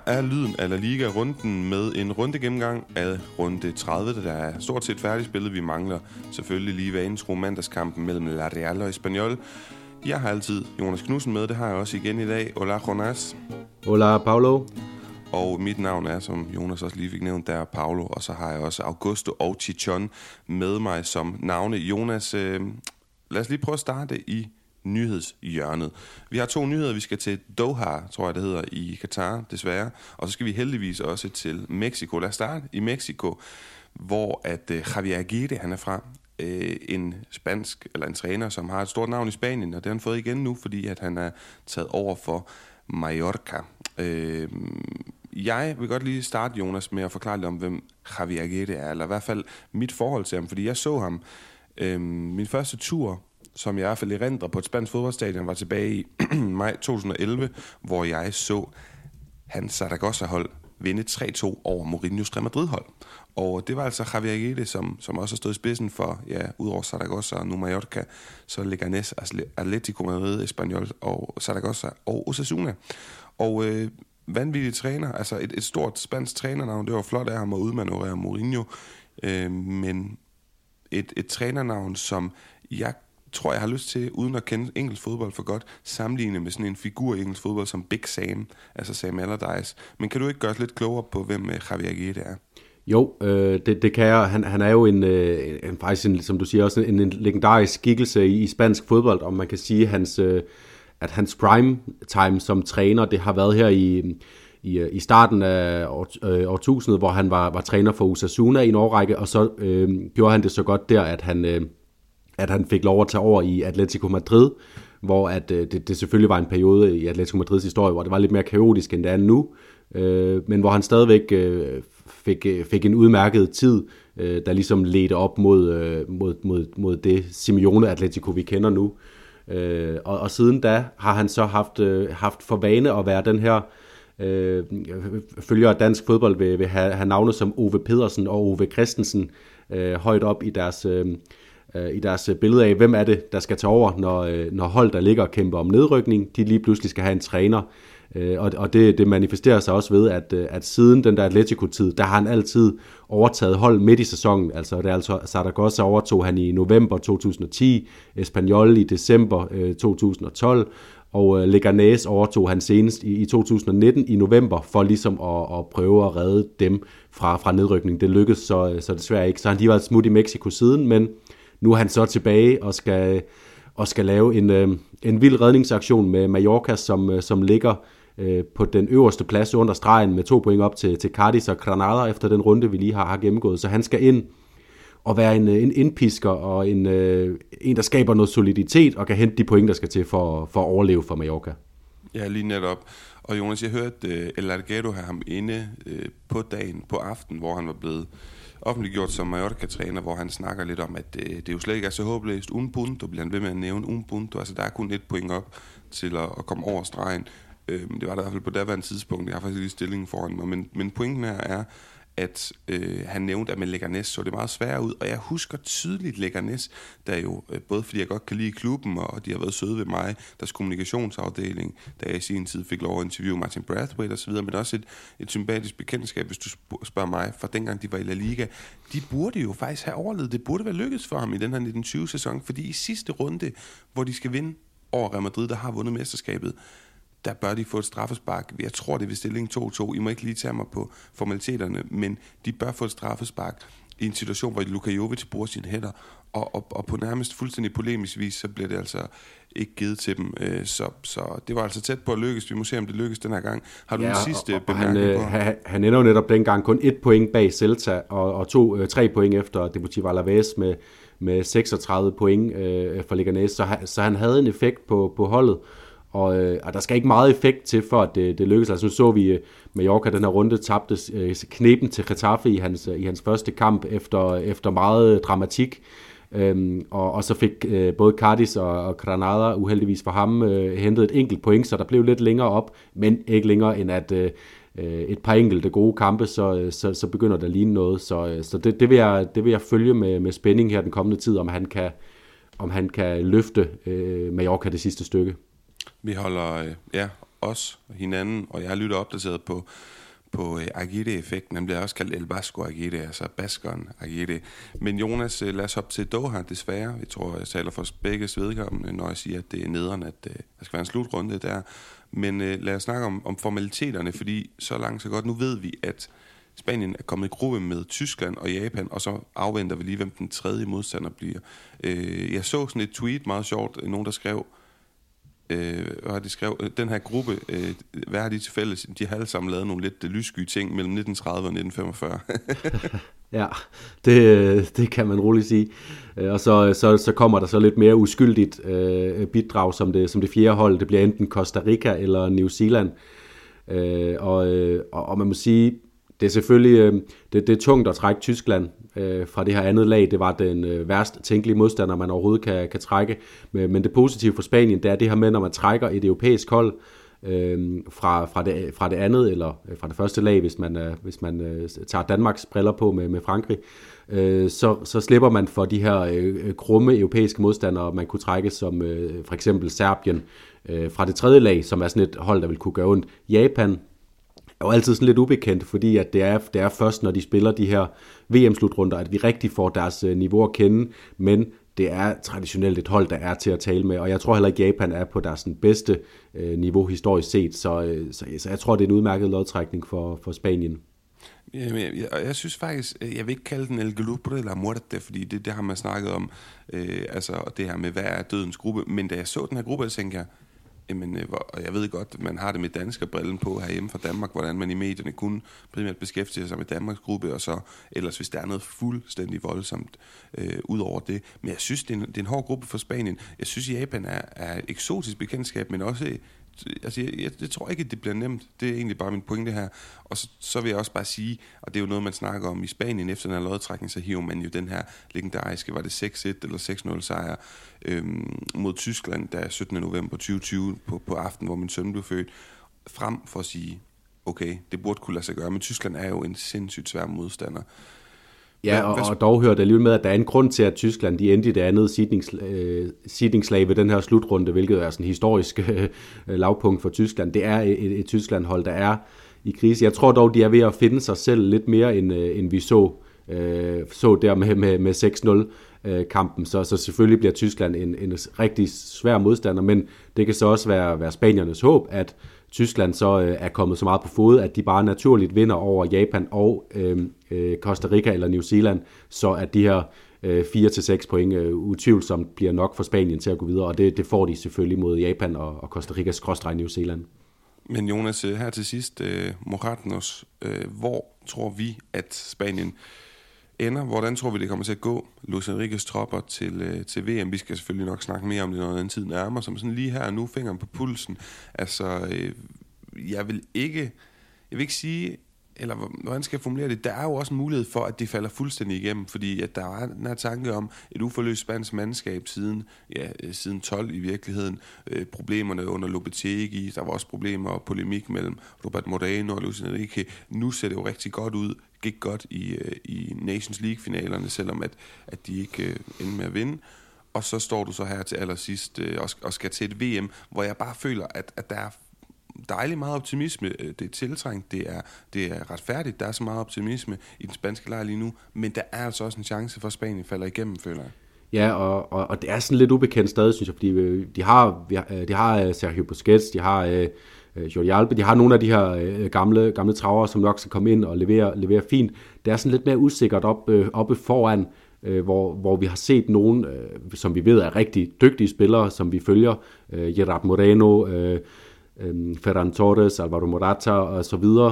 er lyden af La Liga-runden med en rundegennemgang af runde 30, der er stort set færdigspillet. Vi mangler selvfølgelig lige vanens mandagskampen mellem La Real og Espanyol. Jeg har altid Jonas Knudsen med, det har jeg også igen i dag. Hola, Jonas. Hola, Paulo. Og mit navn er, som Jonas også lige fik nævnt, der er Paulo. Og så har jeg også Augusto og Chichon med mig som navne. Jonas, lad os lige prøve at starte i nyhedshjørnet. Vi har 2 nyheder. Vi skal til Doha, tror jeg det hedder, i Katar, desværre. Og så skal vi heldigvis også til Mexico. Lad os starte i Mexico, hvor at Javier Aguirre, han er fra. En spansk, eller en træner, som har et stort navn i Spanien, og det har han fået igen nu, fordi at han er taget over for Mallorca. Jeg vil godt lige starte, Jonas, med at forklare lidt om, hvem Javier Aguirre er, eller i hvert fald mit forhold til ham, fordi jeg så ham. Min første tur, som jeg i hvert fald erindrer på et spansk fodboldstadion, var tilbage i maj 2011, hvor jeg så hans Zaragoza-hold vinde 3-2 over Mourinho's Real Madrid-hold. Og det var altså Javier Aguirre, som også har stået i spidsen for, ja, udover Zaragoza og nu Mallorca, så Leganés, Atlético Madrid, Espanyol og Zaragoza og Osasuna. Og vanvittig træner, altså et stort spansk trænernavn, det var flot af ham at udmanøvrere Mourinho, men et trænernavn, som jeg tror, jeg har lyst til, uden at kende engelsk fodbold for godt, sammenligne med sådan en figur i engelsk fodbold som Big Sam, altså Sam Allardyce. Men kan du ikke gøre os lidt klogere på, hvem Javier Aguirre er? Jo, det kan jeg. Han er jo faktisk, som du siger, også en legendarisk skikkelse i spansk fodbold, og man kan sige, at hans prime time som træner, det har været her i starten af årtusindet, hvor han var træner for Osasuna i en årrække, og så gjorde han det så godt der, at han fik lov at tage over i Atlético Madrid, hvor at det selvfølgelig var en periode i Atlético Madrids historie, hvor det var lidt mere kaotisk, end det er nu, men hvor han stadigvæk fik en udmærket tid, der ligesom ledte op mod det Simeone Atletico, vi kender nu. Og siden da har han så haft for vane at være den her følger af dansk fodbold vil have navne som Ove Pedersen og Ove Christensen højt op i deres billede af, hvem er det, der skal tage over, når hold, der ligger og kæmper om nedrykning, de lige pludselig skal have en træner. Og det manifesterer sig også ved, at siden den der Atletico-tid, der har han altid overtaget hold midt i sæsonen. Altså det er altså Zaragoza overtog han i november 2010, Espanyol i december 2012, og Leganés overtog han senest i 2019 i november, for ligesom at prøve at redde dem fra nedrykning. Det lykkedes så desværre ikke. Så han lige været smut i Mexico siden, men nu er han så tilbage og skal lave en vild redningsaktion med Mallorca, som ligger på den øverste plads under stregen med 2 point op til Cádiz og Granada efter den runde, vi lige har gennemgået. Så han skal ind og være en indpisker og en, der skaber noget soliditet og kan hente de point, der skal til for at overleve for Mallorca. Ja, lige netop. Og Jonas, jeg hørte El Larguero have ham inde på dagen, på aften, hvor han var blevet offentliggjort som Mallorca-træner, hvor han snakker lidt om, at det jo slet ikke er så håbløst. Un punto, bliver han ved med at nævne un punto. Altså, der er kun 1 point op til at komme over stregen. Det var der i hvert fald på daværende tidspunkt. Jeg har faktisk lige stillingen foran mig. Men pointen her er, at han nævnte, at med Leganés så det meget sværere ud. Og jeg husker tydeligt Leganés, der jo, både fordi jeg godt kan lide klubben, og de har været søde ved mig, deres kommunikationsafdeling, da jeg i sin tid fik lov at interviewe Martin Brathwaite osv., men også et sympatisk bekendtskab, hvis du spørger mig, fra dengang de var i La Liga. De burde jo faktisk have overlevet. Det burde være lykkedes for ham i den her 1920-sæson, fordi i sidste runde, hvor de skal vinde over Real Madrid, der har vundet mesterskabet, der bør de få et straffespark. Jeg tror, det er ved stilling 2-2. I må ikke lige tage mig på formaliteterne, men de bør få et straffespark i en situation, hvor Luka Jovic bruger sine hænder, og på nærmest fuldstændig polemisk vis, så bliver det altså ikke givet til dem. Så det var altså tæt på at lykkes. Vi må se, om det lykkes den her gang. Har du den sidste bemærkning på? Han ender jo netop dengang kun 1 point bag Celta, og 3 point efter Deportivo Alavés med 36 point for Leganés. Så han havde en effekt på holdet. Og der skal ikke meget effekt til, for at det lykkes. Altså nu så vi Mallorca den her runde tabte knepen til Getafe i hans første kamp efter meget dramatik. Og så fik både Cádiz og Granada uheldigvis for ham hentet et enkelt point, så der blev lidt længere op, men ikke længere end at et par enkelte gode kampe, så begynder der at ligne noget. Så det vil jeg følge med spænding her den kommende tid, om han kan løfte Mallorca det sidste stykke. Vi holder os og hinanden, og jeg lytter opdateret på Aguirre-effekten. Han bliver også kaldt El Vasco Aguirre, altså baskeren Aguirre. Men Jonas, lad os hoppe til Doha, desværre. Jeg tror, jeg taler for begge vedkommende, når jeg siger, at det er nederen, at der skal være en slutrunde der. Men lad os snakke om formaliteterne, fordi så langt så godt. Nu ved vi, at Spanien er kommet i gruppe med Tyskland og Japan, og så afventer vi lige, hvem den tredje modstander bliver. Jeg så sådan et tweet, meget sjovt, nogen der skrev, den her gruppe, hvad har de til fælles? De har alle sammen lavet nogle lidt lyssky ting mellem 1930 og 1945. Ja, det kan man roligt sige. Og så kommer der så lidt mere uskyldigt bidrag som det fjerde hold. Det bliver enten Costa Rica eller New Zealand. Og man må sige, det er selvfølgelig det er tungt at trække Tyskland fra det her andet lag. Det var den værst tænkelige modstander, man overhovedet kan trække. Men det positive for Spanien, det er det her med, når man trækker et europæisk hold fra det andet, eller fra det første lag, hvis man tager Danmarks briller på med Frankrig, så slipper man for de her grumme europæiske modstandere, man kunne trække som for eksempel Serbien fra det tredje lag, som er sådan et hold, der vil kunne gøre ondt. Japan er jo altid sådan lidt ubekendt, fordi at det er først, når de spiller de her VM-slutrunder, at vi rigtig får deres niveau at kende, men det er traditionelt et hold, der er til at tale med, og jeg tror heller ikke, Japan er på deres bedste niveau historisk set, så jeg tror, det er en udmærket lodtrækning for Spanien. Jeg synes faktisk, jeg vil ikke kalde den El Grupo de la Muerte, fordi det har man snakket om, altså det her med, hvad er dødens gruppe, men da jeg så den her gruppe, så tænkte jeg, jamen, og jeg ved godt, at man har det med danskerbrillen på herhjemme fra Danmark, hvordan man i medierne kun primært beskæftiger sig med Danmarks gruppe, og så ellers hvis der er noget fuldstændig voldsomt ud over det. Men jeg synes, det er en hård gruppe for Spanien. Jeg synes, Japan er et eksotisk bekendtskab, men også, altså jeg tror ikke, at det bliver nemt. Det er egentlig bare min pointe her. Og så vil jeg også bare sige, og det er jo noget, man snakker om i Spanien, efter den her lodtrækning, så hiver man jo den her legendariske, var det 6-1 eller 6-0 sejr mod Tyskland, der 17. november 2020 på aften, hvor min søn blev født, frem for at sige, okay, det burde kunne lade sig gøre, men Tyskland er jo en sindssygt svær modstander. Ja, og dog hører det alligevel med, at der er en grund til, at Tyskland de endte i det andet seedingslag ved den her slutrunde, hvilket er sådan en historisk lavpunkt for Tyskland. Det er et Tyskland-hold, der er i krise. Jeg tror dog, de er ved at finde sig selv lidt mere, end vi så der med 6-0 kampen. Så selvfølgelig bliver Tyskland en rigtig svær modstander, men det kan så også være spaniernes håb, at Tyskland så er kommet så meget på fod, at de bare naturligt vinder over Japan og Costa Rica eller New Zealand, så at de her 4-6 point utvivlsomt bliver nok for Spanien til at gå videre, og det får de selvfølgelig mod Japan og Costa Rica / New Zealand. Men Jonas, her til sidst, Moratnos, hvor tror vi, at Spanien ender? Hvordan tror vi, det kommer til at gå? Luis Enriques tropper til VM. Vi skal selvfølgelig nok snakke mere om det, når den tid nærmer, som sådan lige her nu, fingeren på pulsen. Altså, jeg vil ikke sige, eller hvordan skal jeg formulere det? Der er jo også en mulighed for, at det falder fuldstændig igennem, fordi at der er den her tanke om et uforløst spansk mandskab siden 12 i virkeligheden. Problemerne under Lopetegui, der var også problemer og polemik mellem Robert Moreno og Luis Enrique. Nu ser det jo rigtig godt ud. Gik godt i Nations League-finalerne, selvom at de ikke endte med at vinde. Og så står du så her til allersidst og skal til et VM, hvor jeg bare føler, at der er dejligt meget optimisme. Det er tiltrængt, det er retfærdigt, der er så meget optimisme i den spanske lejr lige nu, men der er altså også en chance for, at Spanien falder igennem, føler jeg. Ja, og det er sådan lidt ubekendt stadig, synes jeg, fordi de har Sergio Busquets, de har Jordi Alba, de har nogle af de her gamle travere, som nok skal komme ind og levere fint. Det er sådan lidt mere usikkert oppe foran, hvor vi har set nogen, som vi ved er rigtig dygtige spillere, som vi følger, Gerard Moreno, Ferran Torres, Alvaro Morata og så videre.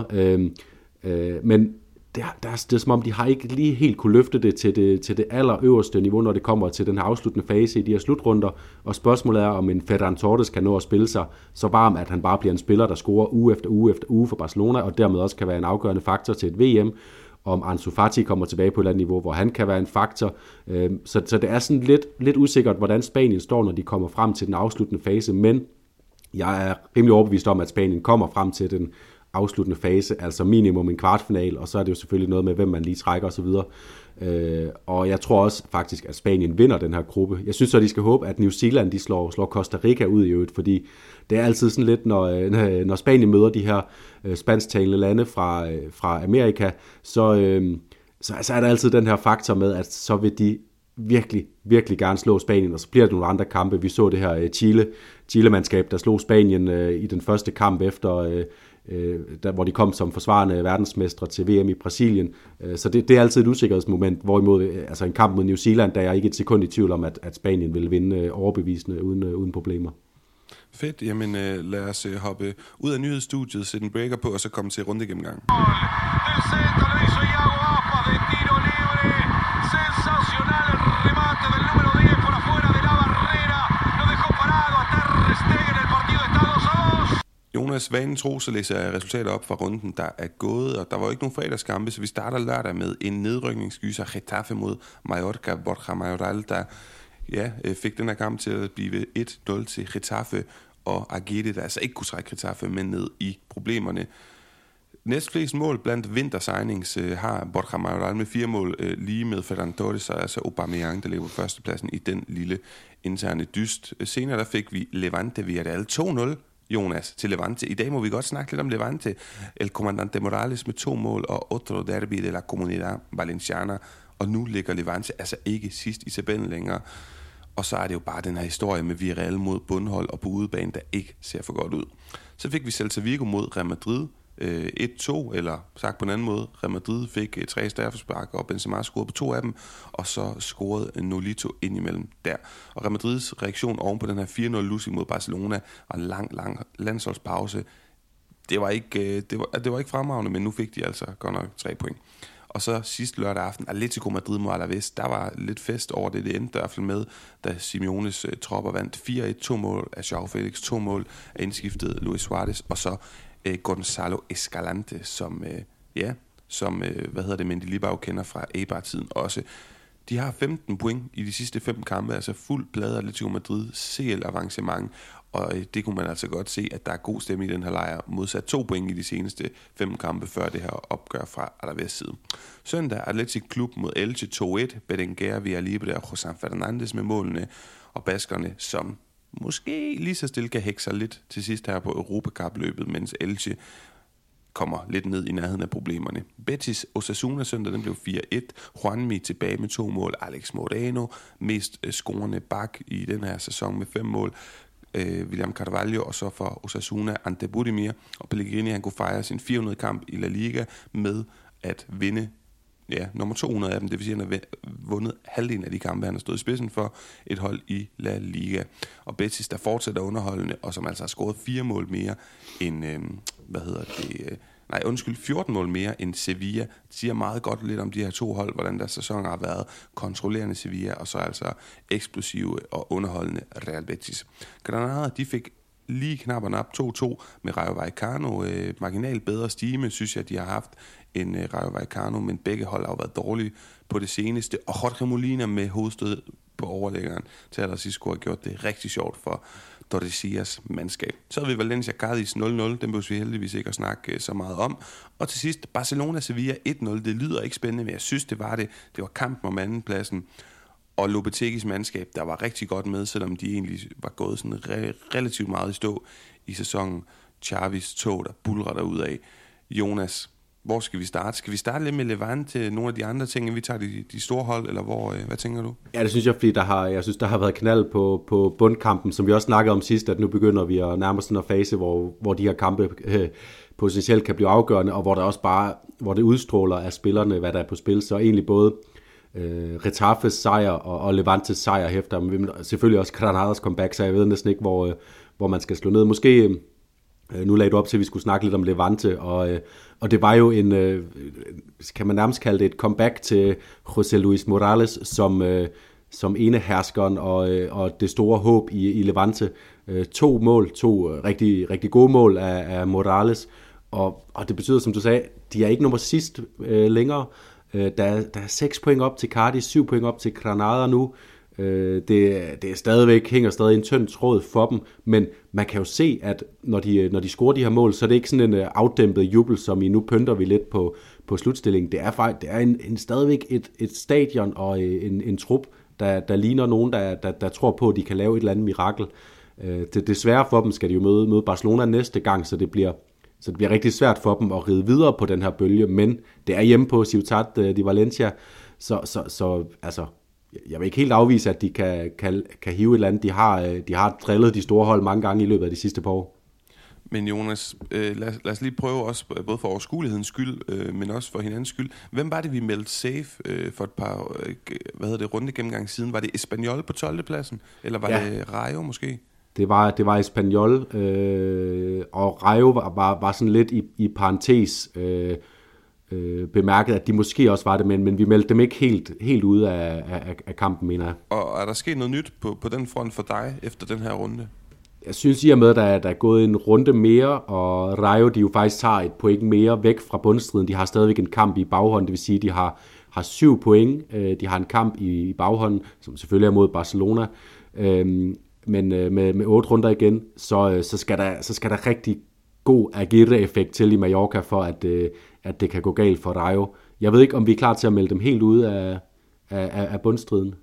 Men det er som om, de har ikke lige helt kunne løfte det til det allerøverste niveau, når det kommer til den her afsluttende fase i de her slutrunder. Og spørgsmålet er, om en Ferran Torres kan nå at spille sig så varm, at han bare bliver en spiller, der scorer uge efter uge efter uge for Barcelona, og dermed også kan være en afgørende faktor til et VM. Om Ansu Fati kommer tilbage på et eller andet niveau, hvor han kan være en faktor. Så det er sådan lidt usikkert, hvordan Spanien står, når de kommer frem til den afsluttende fase, men jeg er rimelig overbevist om, at Spanien kommer frem til den afsluttende fase, altså minimum en kvartfinal, og så er det jo selvfølgelig noget med, hvem man lige trækker osv. Og jeg tror også faktisk, at Spanien vinder den her gruppe. Jeg synes så, at de skal håbe, at New Zealand de slår Costa Rica ud i øvrigt, fordi det er altid sådan lidt, når Spanien møder de her spansktalende lande fra Amerika, så er der altid den her faktor med, at så vil de virkelig, virkelig gerne slå Spanien, og så bliver det nogle andre kampe. Vi så det her Chile-mandskab, der slog Spanien i den første kamp efter, hvor de kom som forsvarende verdensmestre til VM i Brasilien. Så det er altid et usikkerhedsmoment, hvorimod altså en kamp mod New Zealand, der er jeg ikke et sekund i tvivl om, at Spanien vil vinde overbevisende uden problemer. Fedt, jamen lad os hoppe ud af nyhedsstudiet, sætte en breaker på, og så komme til rundegennemgang. Jonas, vanen tro, så læser jeg resultater op fra runden, der er gået, og der var jo ikke nogen fredagskampe, så vi starter lørdag med en nedrykningsgyser, Getafe mod Mallorca. Borja Mayoral, der fik den her kamp til at blive 1-0 til Getafe, og Aguirre, der altså ikke kunne trække Getafe med ned i problemerne. Næstflest mål blandt vintersignings har Borja Mayoral med 4 mål, lige med Ferran Torres og altså Aubameyang, der ligger på førstepladsen i den lille interne dyst. Senere der fik vi Levante Villarreal 2-0, Jonas, til Levante. I dag må vi godt snakke lidt om Levante. El Comandante Morales med 2 mål og otro derby de la Comunidad Valenciana. Og nu ligger Levante altså ikke sidst i tabellen længere. Og så er det jo bare den her historie med Villarreal mod bundhold og på udebane, der ikke ser for godt ud. Så fik vi Celta Vigo mod Real Madrid 1-2, eller sagt på en anden måde, Real Madrid fik 3 straffespark, og Benzema scorede på 2 af dem, og så scorede Nolito ind imellem der. Og Real Madrids reaktion oven på den her 4-0 losing mod Barcelona var en lang landsholdspause. Det var ikke fremragende, men nu fik de altså godt nok 3 point. Og så sidst lørdag aften, Atletico Madrid mod Alaves, der var lidt fest over det. Det endte i hvert fald med, da Simeones tropper vandt 4-1, 2 mål af Joao Felix, 2 mål af indskiftet Luis Suarez, og så Gonzalo Escalante, som Mendilibar kender fra Eibar-tiden også. De har 15 point i de sidste 5 kampe, altså fuld plade Atletico Madrid, CL-avancement, og det kunne man altså godt se, at der er god stemme i den her lejr, modsat 2 point i de seneste 5 kampe, før det her opgør fra Alaves side. Søndag Athletic Klub mod Elche 2-1, Berenguer, Villalibre og José Fernandes med målene, og baskerne, som måske lige så stille kan hække sig lidt til sidst her på Europacup-løbet, mens Elche kommer lidt ned i nærheden af problemerne. Betis Osasuna søndag, den blev 4-1. Juanmi tilbage med 2 mål. Alex Moreno, mest scorende bak i den her sæson med 5 mål. William Carvalho, og så for Osasuna Ante Budimir. Og Pellegrini, han kunne fejre sin 400 kamp i La Liga med at vinde nummer 200 af dem, det vil sige, at han har vundet halvdelen af de kampe, han har stået i spidsen for et hold i La Liga. Og Betis, der fortsætter underholdende, og som altså har scoret 4 mål mere end, 14 mål mere end Sevilla. Det siger meget godt lidt om de her 2 hold, hvordan deres sæson har været. Kontrollerende Sevilla, og så altså eksplosive og underholdende Real Betis. Granada, de fik lige knap og nap 2-2 med Rayo Vallecano. Marginalt bedre stime, synes jeg, de har haft end Rayo Vallecano, men begge hold har jo været dårlige på det seneste. Og Jorge Molina med hovedstød på overlæggeren til allersidst skulle have gjort det rigtig sjovt for Tordesillas mandskab. Så havde vi Valencia Cádiz 0-0, den behøver vi heldigvis ikke at snakke så meget om. Og til sidst Barcelona Sevilla 1-0, det lyder ikke spændende, men jeg synes det var det. Det var kampen om andenpladsen. Og Lopetegis mandskab, der var rigtig godt med, selvom de egentlig var gået sådan relativt meget i stå i sæsonen. Xavis tog der bulrer derudad. Jonas, hvor skal vi starte? Skal vi starte lidt med Levante, nogle af de andre ting, end vi tager de store hold, eller hvad tænker du? Ja, det synes jeg, fordi jeg synes, der har været knald på bundkampen, som vi også snakkede om sidst, at nu begynder vi at nærme sådan en fase, hvor de her kampe potentielt kan blive afgørende, og hvor der også bare, hvor det udstråler af spillerne, hvad der er på spil, så egentlig både Retafes sejr og Levantes sejr hæfter, men selvfølgelig også Granadas comeback, så jeg ved næsten ikke, hvor man skal slå ned. Måske, nu lagde du op til, at vi skulle snakke lidt om Levante, og det var jo kan man nærmest kalde det et comeback til José Luis Morales, som eneherskeren og det store håb i Levante. 2 rigtig, rigtig gode mål af Morales, og det betyder, som du sagde, de er ikke nummer sidst længere. Der er 6 point op til Cardis, 7 point op til Granada nu. Det er stadigvæk, hænger stadig en tynd tråd for dem, men man kan jo se, at når de scorer de her mål, så er det ikke sådan en afdæmpet jubel, som i nu pynter vi lidt på slutstillingen. Det er faktisk en stadigvæk et stadion og en trup, der ligner nogen, der tror på, at de kan lave et eller andet mirakel. Desværre for dem skal de jo møde Barcelona næste gang, så det bliver rigtig svært for dem at ride videre på den her bølge, men det er hjemme på Ciutat de Valencia, så altså, jeg vil ikke helt afvise, at de kan hive et eller andet. De har drillet de store hold mange gange i løbet af de sidste par år. Men Jonas, lad os lige prøve også, både for overskuelighedens skyld, men også for hinandens skyld. Hvem var det, vi meldte safe for et par runde gennemgang siden? Var det Espanyol på 12. pladsen? Eller var det Rayo måske? Det var Espanyol, og Rayo var sådan lidt i parentes bemærket, at de måske også var det, men vi meldte dem ikke helt ude af kampen, mener jeg. Og er der sket noget nyt på den front for dig efter den her runde? Jeg synes i og med, at der er gået en runde mere, og Rayo, de jo faktisk tager et point mere væk fra bundstriden. De har stadigvæk en kamp i baghånden, det vil sige, at de har 7 point. De har en kamp i baghånden, som selvfølgelig er mod Barcelona. Men med 8 runder igen, så skal der rigtig god Aguirre-effekt til i Mallorca, for at det kan gå galt for Rayo. Jeg ved ikke, om vi er klar til at melde dem helt ude af bundstriden.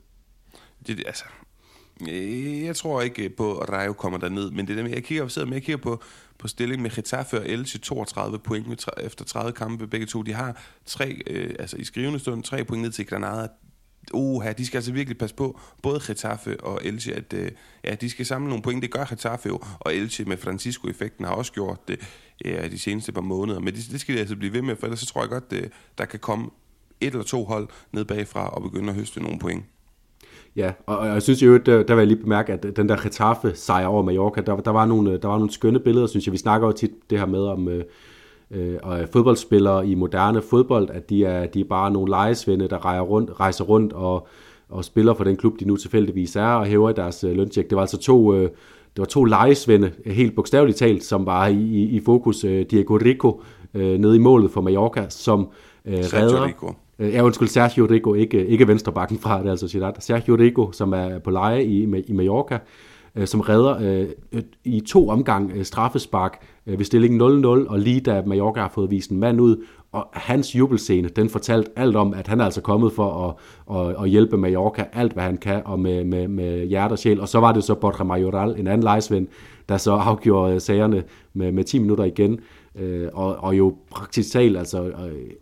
Jeg tror ikke på, at Rayo kommer derned, men det der med, jeg kigger på stillingen med Getafe og Elche, 32 point efter 30 kampe begge to. De har i skrivende stund 3 point ned til Granada. De skal altså virkelig passe på, både Getafe og Elche, at de skal samle nogle point. Det gør Getafe jo, og Elche med Francisco-effekten har også gjort det de seneste par måneder. Men det skal de altså blive ved med, for ellers så tror jeg godt, der kan komme 1 eller 2 hold ned bagfra og begynde at høste nogle point. Ja, og jeg synes jo, der vil jeg lige bemærke, at den der Getafe-sejr over Mallorca, der var nogle skønne billeder, synes jeg. Vi snakker jo tit det her med om fodboldspillere i moderne fodbold, at de er bare nogle lejesvende, der rejser rundt og spiller for den klub, de nu tilfældigvis er, og hæver deres løntjek. Det var altså to lejesvende, helt bogstaveligt talt, som var i fokus. Diego Rico nede i målet for Mallorca, som redder... Sergio Rico, ikke venstrebakken fra det, altså Ciudad. Sergio Rico, som er på leje i Mallorca, som redder i 2 omgang straffespark ved stillingen 0-0, og lige da Mallorca har fået vist en mand ud, og hans jubelscene, den fortalte alt om, at han er altså kommet for at hjælpe Mallorca alt, hvad han kan, og med hjerte og sjæl. Og så var det så Borja Mayoral, en anden lejesven, der så afgjorde sagerne med 10 minutter igen, og jo praktisk talt, altså...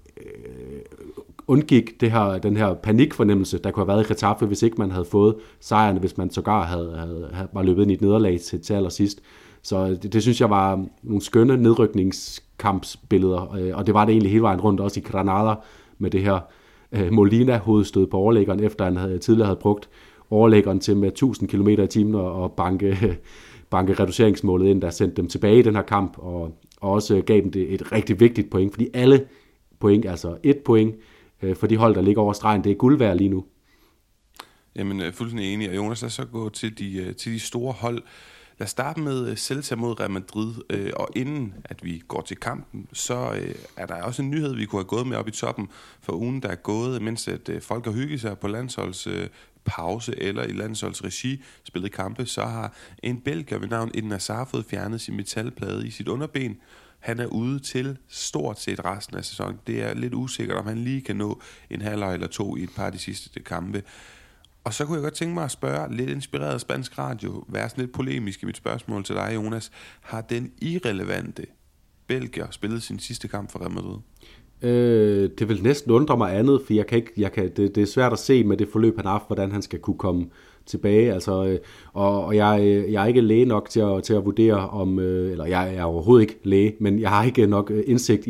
undgik den her panikfornemmelse, der kunne have været i Getafe, hvis ikke man havde fået sejrene, hvis man sågar var løbet ind i et nederlag til allersidst. Så det synes jeg var nogle skønne nedrykningskampsbilleder, og det var det egentlig hele vejen rundt, også i Granada, med det her Molina-hovedstød på overlæggeren, efter han tidligere havde brugt overlæggeren til med 1000 km i timen og banke reduceringsmålet ind, der sendte dem tilbage i den her kamp, og også gav dem et rigtig vigtigt point, fordi alle point, altså 1 point, for de hold, der ligger over stregen, det er guld værd lige nu. Jamen, fuldstændig enig. Og Jonas, lad os så gå til de store hold. Lad os starte med Celta mod Real Madrid, og inden at vi går til kampen, så er der også en nyhed, vi kunne have gået med op i toppen for ugen, der er gået, mens at folk har hygget sig på landsholdspause eller i landsholdsregi spillet kampe, så har en belgier ved navn Eden Hazard fået fjernet sin metalplade i sit underben. Han er ude til stort set resten af sæsonen. Det er lidt usikkert, om han lige kan nå en halvleg eller 2 i et par af de sidste kampe. Og så kunne jeg godt tænke mig at spørge, lidt inspireret af spansk radio, være sådan lidt polemisk i mit spørgsmål til dig, Jonas. Har den irrelevante belgier spillet sin sidste kamp for Real Madrid? Det vil næsten undre mig andet, for det er svært at se med det forløb, han har haft, hvordan han skal kunne komme tilbage. Altså, og jeg er ikke læge nok til at vurdere om, eller jeg er overhovedet ikke læge, men jeg har ikke nok indsigt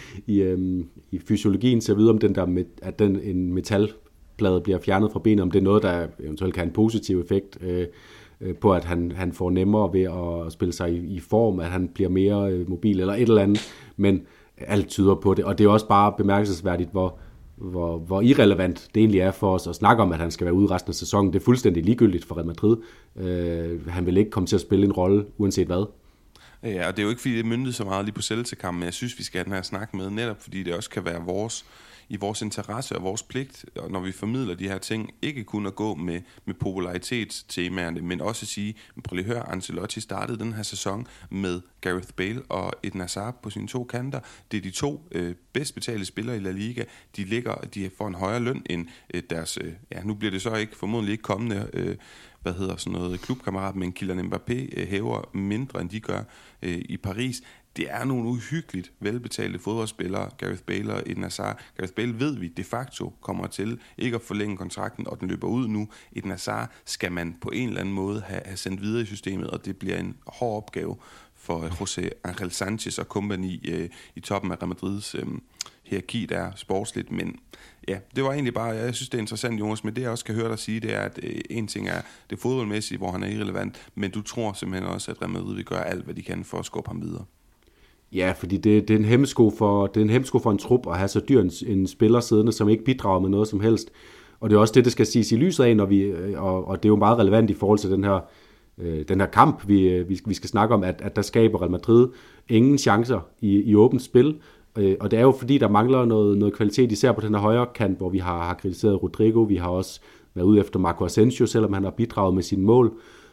i fysiologien til at vide, om en metalplade bliver fjernet fra benet, om det er noget, der eventuelt kan have en positiv effekt på, at han får nemmere ved at spille sig i form, at han bliver mere mobil eller et eller andet, men alt tyder på det, og det er også bare bemærkelsesværdigt, hvor irrelevant det egentlig er for os at snakke om, at han skal være ude resten af sæsonen. Det er fuldstændig ligegyldigt for Real Madrid. Han vil ikke komme til at spille en rolle, uanset hvad. Ja, og det er jo ikke, fordi det er myndet så meget lige på Celta-kampen, men jeg synes, vi skal have den her snak med, netop fordi det også kan være vores i vores interesse og vores pligt, når vi formidler de her ting, ikke kun at gå med popularitetstemaerne, men også at sige, prøv lige at høre, Ancelotti startede den her sæson med Gareth Bale og Eden Hazard på sine to kanter. Det er de to bedst betalte spillere i La Liga. De får en højere løn end deres, nu bliver det så ikke formodentlig ikke kommende, klubkammerat, men Kylian Mbappé hæver mindre end de gør i Paris. Det er nogle uhyggeligt velbetalte fodboldspillere, Gareth Bale og Eden Hazard. Gareth Bale ved vi de facto kommer til ikke at forlænge kontrakten, og den løber ud nu. Eden Hazard skal man på en eller anden måde have sendt videre i systemet, og det bliver en hård opgave for José Ángel Sánchez og kompagni i toppen af Real Madrids hierarki, der er sportsligt. Men ja, det var egentlig bare, jeg synes det er interessant, Jonas, men det jeg også kan høre dig sige, det er, at en ting er det fodboldmæssige, hvor han er irrelevant, men du tror simpelthen også, at Real Madrid vil gøre alt, hvad de kan for at skubbe ham videre. Ja, fordi det er en hemsko for en trup at have så dyr en spiller siddende, som ikke bidrager med noget som helst. Og det er også det skal siges i lyset af, når og det er jo meget relevant i forhold til den her kamp, vi skal snakke om, at der skaber Real Madrid ingen chancer i åbent spil. Og det er jo fordi, der mangler noget kvalitet, især på den her højre kant, hvor vi har kritiseret Rodrigo. Vi har også været ude efter Marco Asensio, selvom han har bidraget med sine mål.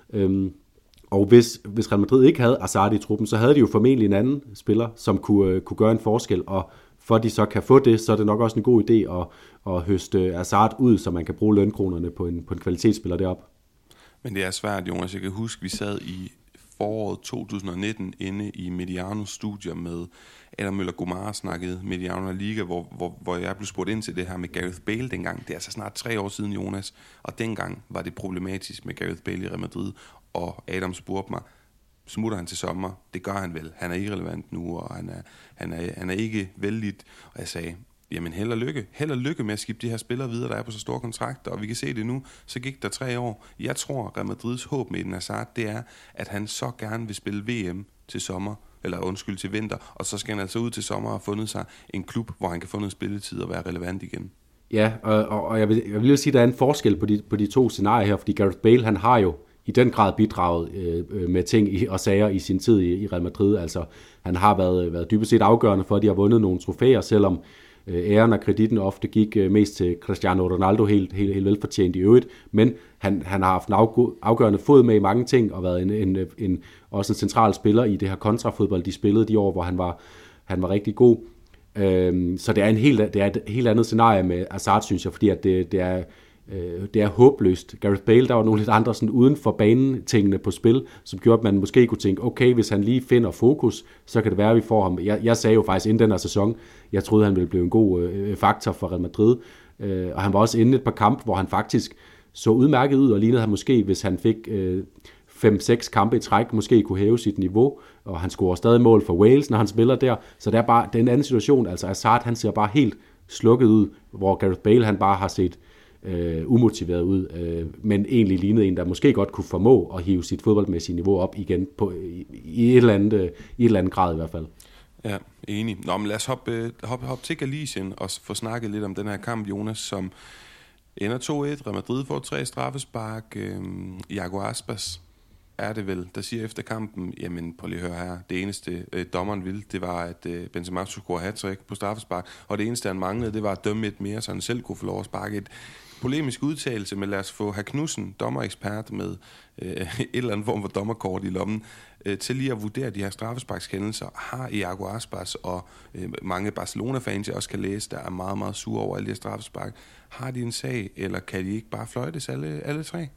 Og hvis Real Madrid ikke havde Hazard i truppen, så havde de jo formentlig en anden spiller, som kunne gøre en forskel. Og for at de så kan få det, så er det nok også en god idé at høste Hazard ud, så man kan bruge lønkronerne på en kvalitetsspiller deroppe. Men det er svært, Jonas. Jeg kan huske, vi sad i foråret 2019 inde i Medianos studier med Adam Møller-Gomar, snakkede Mediano Liga, hvor jeg blev spurgt ind til det her med Gareth Bale dengang. Det er altså snart 3 år siden, Jonas, og dengang var det problematisk med Gareth Bale i Real Madrid, og Adam spurgte mig, smutter han til sommer? Det gør han vel. Han er irrelevant nu, og han er ikke vældigt. Og jeg sagde, jamen held og lykke med at skifte de her spillere videre, der er på så store kontrakter, og vi kan se det nu, så gik der 3 år. Jeg tror, Real Madrids håb med Eden Hazard, det er, at han så gerne vil spille VM til sommer, til vinter, og så skal han altså ud til sommer og have fundet sig en klub, hvor han kan få noget spilletid og være relevant igen. Ja, og jeg vil sige, at der er en forskel på de to scenarier her, fordi Gareth Bale, han har jo i den grad bidraget med ting og sager i sin tid i Real Madrid. Altså, han har været dybest set afgørende for, at de har vundet nogle trofæer, selvom æren og kreditten ofte gik mest til Cristiano Ronaldo, helt velfortjent i øvrigt, men han har haft en afgørende fod med i mange ting, og været også en central spiller i det her kontrafodbold, de spillede de år, hvor han var rigtig god. Så det er et helt andet scenarie med Hazard, synes jeg, fordi at det er håbløst. Gareth Bale, der var nogle lidt andre sådan uden for banen tingene på spil, som gjorde, at man måske kunne tænke, okay, hvis han lige finder fokus, så kan det være, at vi får ham. Jeg sagde jo faktisk inden den her sæson, jeg troede, han ville blive en god faktor for Real Madrid, og han var også inde et par kampe, hvor han faktisk så udmærket ud, og lignede han måske, hvis han fik 5-6 kampe i træk, måske kunne hæve sit niveau, og han scorer stadig mål for Wales, når han spiller der, så det er en anden situation. Altså Hazard, han ser bare helt slukket ud, hvor Gareth Bale, han bare har set umotiveret ud, men egentlig lignede en, der måske godt kunne formå at hive sit fodboldmæssige niveau op igen i et eller andet grad i hvert fald. Ja, enig. Nå, men lad os hoppe til Galicien og få snakket lidt om den her kamp, Jonas, som ender 2-1. Real Madrid får 3 straffespark. Iago Aspas er det vel, der siger efter kampen, jamen prøv lige at høre her, det eneste dommeren ville, det var, at Benzema skulle score hat-trick på straffespark, og det eneste han manglede, det var at dømme et mere, så han selv kunne få lov at sparke et polemisk udtalelse, men lad os få Knudsen, dommerekspert med et eller andet form for dommerkort i lommen, til lige at vurdere de her straffesparkskendelser. Har Iago Aspas og mange Barcelona-fans, jeg også kan læse, der er meget, meget sure over alle de her straffespark, har de en sag, eller kan de ikke bare fløjtes alle 3?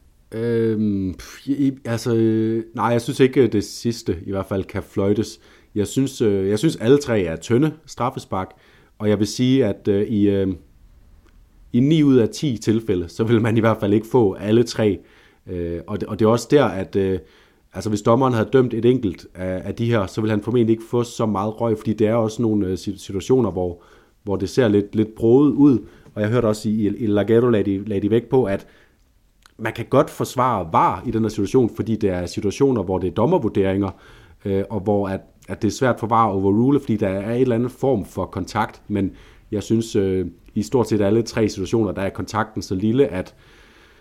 Nej, jeg synes ikke, det sidste i hvert fald kan fløjtes. Jeg synes alle 3 er tynde straffespark, og jeg vil sige, at i 9 ud af 10 tilfælde, så vil man i hvert fald ikke få alle 3. Og det er også der, at hvis dommeren havde dømt et enkelt af de her, så vil han formentlig ikke få så meget røg, fordi det er også nogle situationer, hvor det ser lidt broget ud. Og jeg hørte også i Larguero lagde de vægt på, at man kan godt forsvare VAR i den her situation, fordi det er situationer, hvor det er dommervurderinger, og hvor at det er svært for VAR at overrule, fordi der er en eller anden form for kontakt, men jeg synes, i stort set alle 3 situationer, der er kontakten så lille,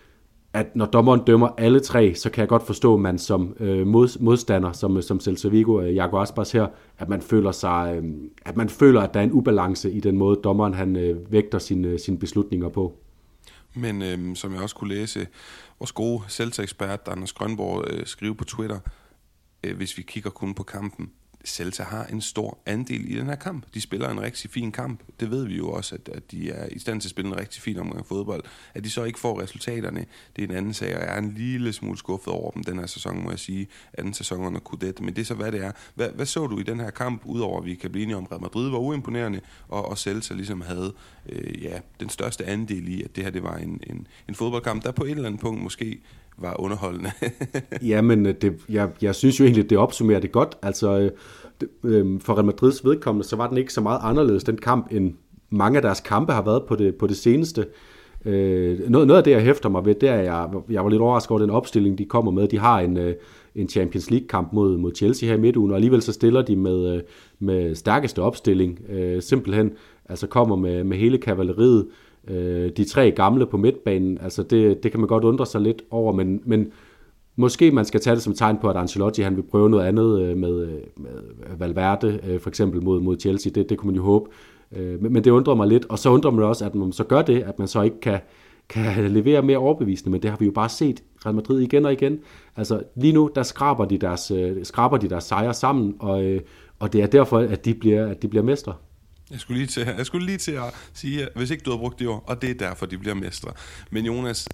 at når dommeren dømmer alle tre, så kan jeg godt forstå, at man som modstander, som Celta Vigo, Iago Aspas her, at man føler, at der er en ubalance i den måde, dommeren han vægter sine beslutninger på. Men som jeg også kunne læse, vores gode Celta-ekspert, Anders Grønborg, skrive på Twitter, hvis vi kigger kun på kampen, Celta har en stor andel i den her kamp. De spiller en rigtig fin kamp. Det ved vi jo også, at de er i stand til at spille en rigtig fin omgang fodbold. At de så ikke får resultaterne, det er en anden sag, og jeg er en lille smule skuffet over dem den her sæson, må jeg sige. Anden sæson under Coudet, men det er så, hvad det er. Hvad så du i den her kamp, udover at vi kan blive enige om, Real Madrid var uimponerende, og Celta ligesom havde den største andel i, at det her det var en fodboldkamp, der på et eller andet punkt måske var underholdende. Jamen, jeg synes jo egentlig, at det opsummerer det godt. Altså, for Real Madrids vedkommende, så var den ikke så meget anderledes, den kamp, end mange af deres kampe har været på det seneste. Noget af det, jeg hæfter mig ved, det er, jeg var lidt overrasket over den opstilling, de kommer med. De har en Champions League-kamp mod Chelsea her i midtugen, og alligevel så stiller de med stærkeste opstilling. Simpelthen, altså kommer med hele kavaleriet. De tre gamle på midtbanen, altså det kan man godt undre sig lidt over, men måske man skal tage det som tegn på, at Ancelotti han vil prøve noget andet med Valverde, for eksempel mod Chelsea. Det kunne man jo håbe. Men det undrer mig lidt, og så undrer man også, at man så gør det, at man så ikke kan levere mere overbevisende, men det har vi jo bare set Real Madrid igen og igen. Altså lige nu, der skraber de deres sejre sammen, og det er derfor, at de bliver mestre. Jeg skulle lige til at sige, at hvis ikke du har brugt det ord, og det er derfor, de bliver mestre. Men Jonas,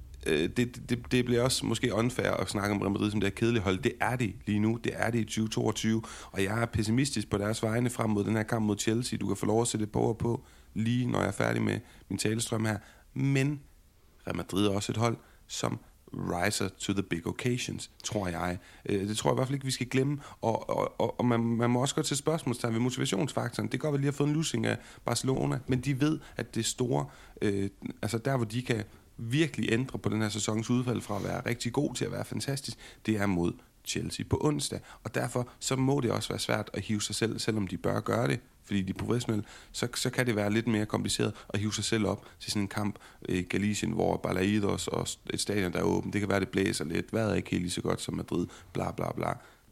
det bliver også måske unfair at snakke om Real Madrid som det her kedelige hold. Det er det lige nu, det er det i 2022, og jeg er pessimistisk på deres vegne frem mod den her kamp mod Chelsea. Du kan få lov at sætte det på lige når jeg er færdig med min talestrøm her. Men Real Madrid er også et hold, som riser to the big occasions, tror jeg. Det tror jeg i hvert fald ikke, vi skal glemme. Og man må også godt til spørgsmålstegn ved motivationsfaktoren. Det går vel lige at få en losing af Barcelona, men de ved, at det store, altså der, hvor de kan virkelig ændre på den her sæsons udfald fra at være rigtig god til at være fantastisk, det er mod Chelsea på onsdag. Og derfor så må det også være svært at hive sig selv, selvom de bør gøre det, fordi de er professionelle, så kan det være lidt mere kompliceret at hive sig selv op til sådan en kamp i Galicien, hvor Balaidos og et stadion, der er åbent. Det kan være, det blæser lidt. Vejret er ikke helt lige så godt som Madrid. Bla, bla, bla.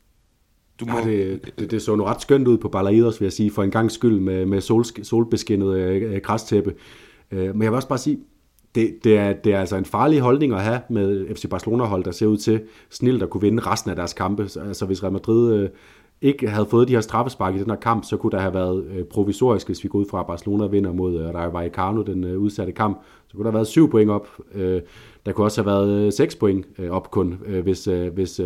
Det så nu ret skønt ud på Balaidos, vil jeg sige, for en gang skyld med solbeskinnet græstæppe. Men jeg vil også bare sige, det er altså en farlig holdning at have med FC Barcelona-hold, der ser ud til snilt at kunne vinde resten af deres kampe. Altså hvis Real Madrid ikke havde fået de her straffespark i den her kamp, så kunne der have været provisorisk, hvis vi går ud fra, at Barcelona vinder mod Rayo Vallecano, den udsatte kamp. Så kunne der have været 7 point op. Der kunne også have været 6 point op kun, hvis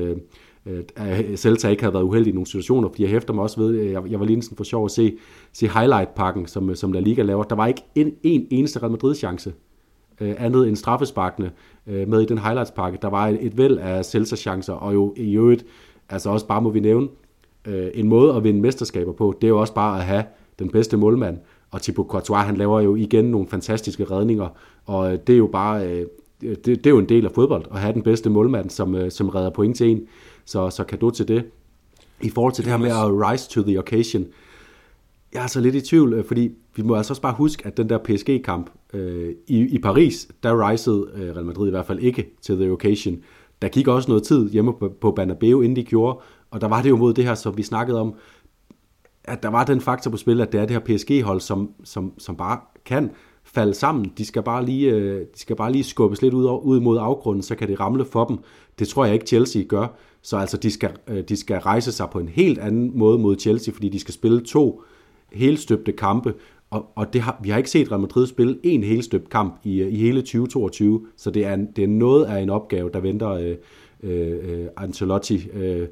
Celta ikke havde været uheldig i nogle situationer, fordi jeg hæfter mig også ved, jeg var lige sådan for sjov at se highlight-pakken, som La Liga laver. Der var ikke en eneste Real Madrid-chance andet end straffesparkene med i den highlights-pakke. Der var et væld af Celta-chancer, og jo i øvrigt, altså også bare må vi nævne, en måde at vinde mesterskaber på, det er jo også bare at have den bedste målmand, og Thibaut Courtois, han laver jo igen nogle fantastiske redninger, og det er jo bare, det er jo en del af fodbold, at have den bedste målmand, som redder point til en, så cadeau til det. I forhold til det her med at rise to the occasion, jeg er altså lidt i tvivl, fordi vi må altså også bare huske, at den der PSG-kamp i Paris, der risede Real Madrid i hvert fald ikke til the occasion. Der gik også noget tid hjemme på Bernabeu, inden de gjorde, og der var det jo mod det her, som vi snakkede om, at der var den faktor på spil, at det er det her PSG-hold, som bare kan falde sammen. De skal bare lige skubbes lidt ud mod afgrunden, så kan det ramle for dem. Det tror jeg ikke Chelsea gør. Så altså de skal rejse sig på en helt anden måde mod Chelsea, fordi de skal spille 2 helstøbte kampe, og vi har ikke set Real Madrid spille en helstøbt kamp i hele 2022, så det er noget af en opgave, der venter Ancelotti,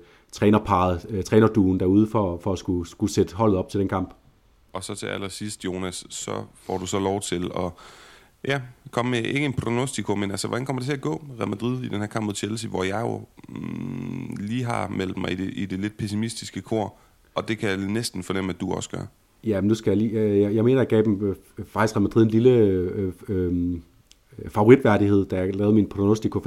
trænerduen derude for at skulle sætte holdet op til den kamp. Og så til allersidst, Jonas, så får du så lov til at komme med ikke en pronostico, men altså, hvordan kommer det til at gå Real Madrid i den her kamp mod Chelsea, hvor jeg jo lige har meldt mig i det lidt pessimistiske kor, og det kan jeg næsten fornemme, at du også gør. Ja, men nu skal jeg lige... Jeg mener, at jeg gav dem faktisk Real Madrid en lille favoritværdighed, da jeg lavede min pronostico 55%.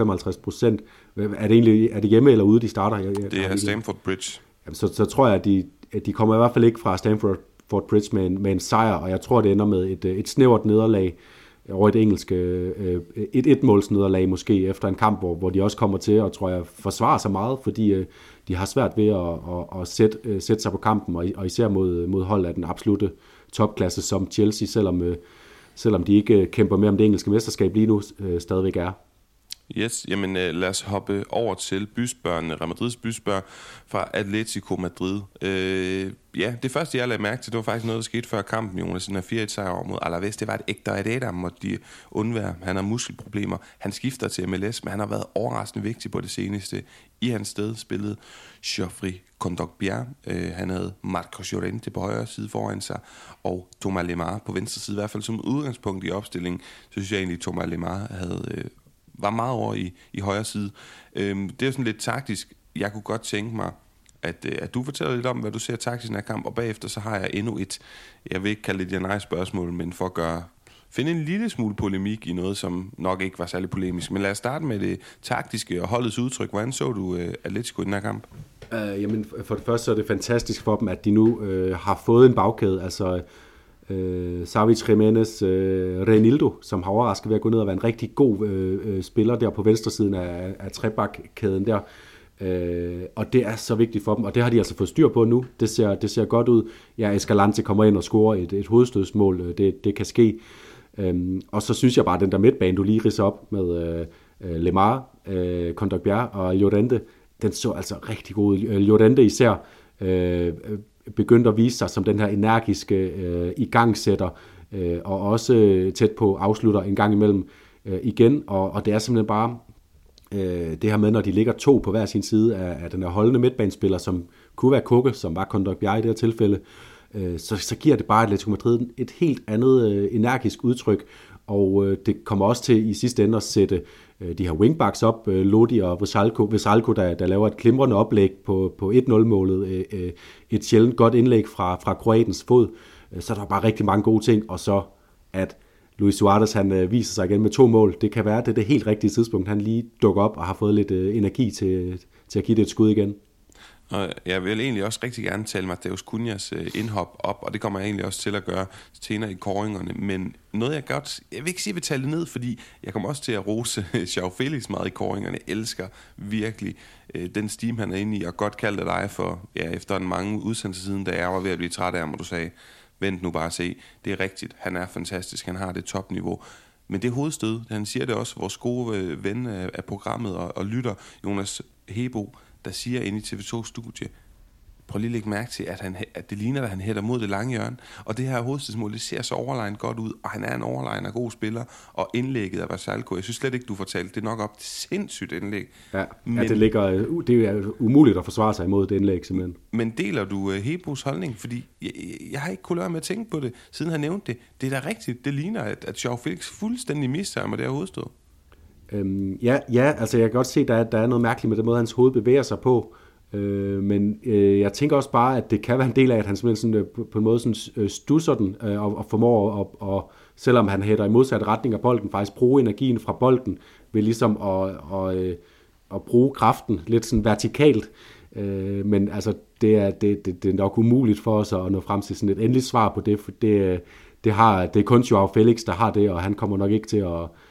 Er det hjemme eller ude, de starter? Det er Stamford Bridge. Jamen, så tror jeg, at de kommer i hvert fald ikke fra Stamford Bridge med en sejr, og jeg tror, det ender med et snævert nederlag. over et engelsk 1-1-målsnederlag måske efter en kamp, hvor de også kommer til at, tror jeg, forsvare sig meget, fordi de har svært ved at sætte sig på kampen, og især mod hold af den absolute topklasse som Chelsea, selvom de ikke kæmper mere om det engelske mesterskab lige nu, stadigvæk er. Yes, jamen lad os hoppe over til bysbørnene, Real Madrids bysbørn fra Atletico Madrid. Ja, det første jeg lagde mærke til, det var faktisk noget, der skete før kampen, Jonas. Den her 4-1-sejr over mod Alaves, det var et ægte Adam, måtte de undvære. Han har muskelproblemer, han skifter til MLS, men han har været overraskende vigtig på det seneste. I hans sted spillede Geoffrey Kondogbia, han havde Marcos Llorente på højre side foran sig, og Thomas Lemar på venstre side, i hvert fald som udgangspunkt i opstillingen, så synes jeg egentlig, at Thomas Lemar var meget over i højre side. Det er sådan lidt taktisk. Jeg kunne godt tænke mig, at du fortæller lidt om, hvad du ser taktisk i den her kamp, og bagefter så har jeg endnu et, jeg vil ikke kalde det et ja-nej-spørgsmål, men for at finde en lille smule polemik i noget, som nok ikke var særlig polemisk. Men lad os starte med det taktiske og holdets udtryk. Hvordan så du Atletico i den her kamp? Jamen, for det første så er det fantastisk for dem, at de nu har fået en bagkæde, altså Savic, Jimenez, Reinildo, som har overrasket ved at gå ned og være en rigtig god spiller der på venstre siden af trebakkæden der. Og det er så vigtigt for dem, og det har de altså fået styr på nu. Det ser godt ud. Ja, Escalante kommer ind og scorer et hovedstødsmål. Det kan ske. Og så synes jeg bare, at den der midtbane, du lige ridser op med Lemar, Kondogbia og Llorente, den så altså rigtig god ud. Llorente især begyndte at vise sig som den her energiske igangsætter, og også tæt på afslutter en gang imellem igen, og det er simpelthen bare det her med, når de ligger to på hver sin side af den her holdende midtbanespiller, som kunne være Koke, som var Kondogbia i det her tilfælde, så giver det bare Atletico Madrid et helt andet energisk udtryk, og det kommer også til i sidste ende at sætte de her wingbacks op, Lodi og Vrsaljko, der laver et glimrende oplæg på 1-0-målet, et sjældent godt indlæg fra kroatens fod, så der er bare rigtig mange gode ting, og så at Luis Suarez, han viser sig igen med 2 mål, det kan være, det er det helt rigtige tidspunkt, han lige dukker op og har fået lidt energi til at give det et skud igen. Og jeg vil egentlig også rigtig gerne tale Mateus Cunhas indhop op, og det kommer jeg egentlig også til at gøre senere i kåringerne. Men noget jeg vil ikke sige, at vi taler ned, fordi jeg kommer også til at rose João Felix meget i kåringerne. Jeg elsker virkelig den steam, han er inde i, og godt kaldte dig for, ja, efter en mange udsendelser siden, da jeg var ved at blive træt af ham, og du sagde, vent nu bare at se, det er rigtigt, han er fantastisk, han har det topniveau. Men det hovedstød, han siger det også, vores gode ven af programmet og lytter, Jonas Hebo, der siger inde i TV2-studie, prøv lige at lægge mærke til, at det ligner, at han hætter mod det lange hjørne, og det her hovedstødsmål, det ser så overlegnet godt ud, og han er en overlegnet god spiller, og indlægget af Vrsaljko, jeg synes slet ikke, du fortalte det nok op, det sindssygt indlæg. Ja, det er umuligt at forsvare sig imod det indlæg, simpelthen. Men deler du Hebos holdning? Fordi jeg har ikke kunnet lade med at tænke på det, siden han nævnte det. Det er da rigtigt, det ligner, at João Felix fuldstændig mister med det her hovedstød. Ja, altså jeg kan godt se, at der er noget mærkeligt med den måde, hans hoved bevæger sig på. Men jeg tænker også bare, at det kan være en del af, at han simpelthen sådan, på en måde sådan, stusser den og formår at, selvom han hætter i modsatte retning af bolden, faktisk bruge energien fra bolden ved ligesom at bruge kraften lidt sådan vertikalt. Men altså, det er nok umuligt for os at nå frem til sådan et endeligt svar på det, for det er kun João Felix, der har det, og han kommer nok ikke til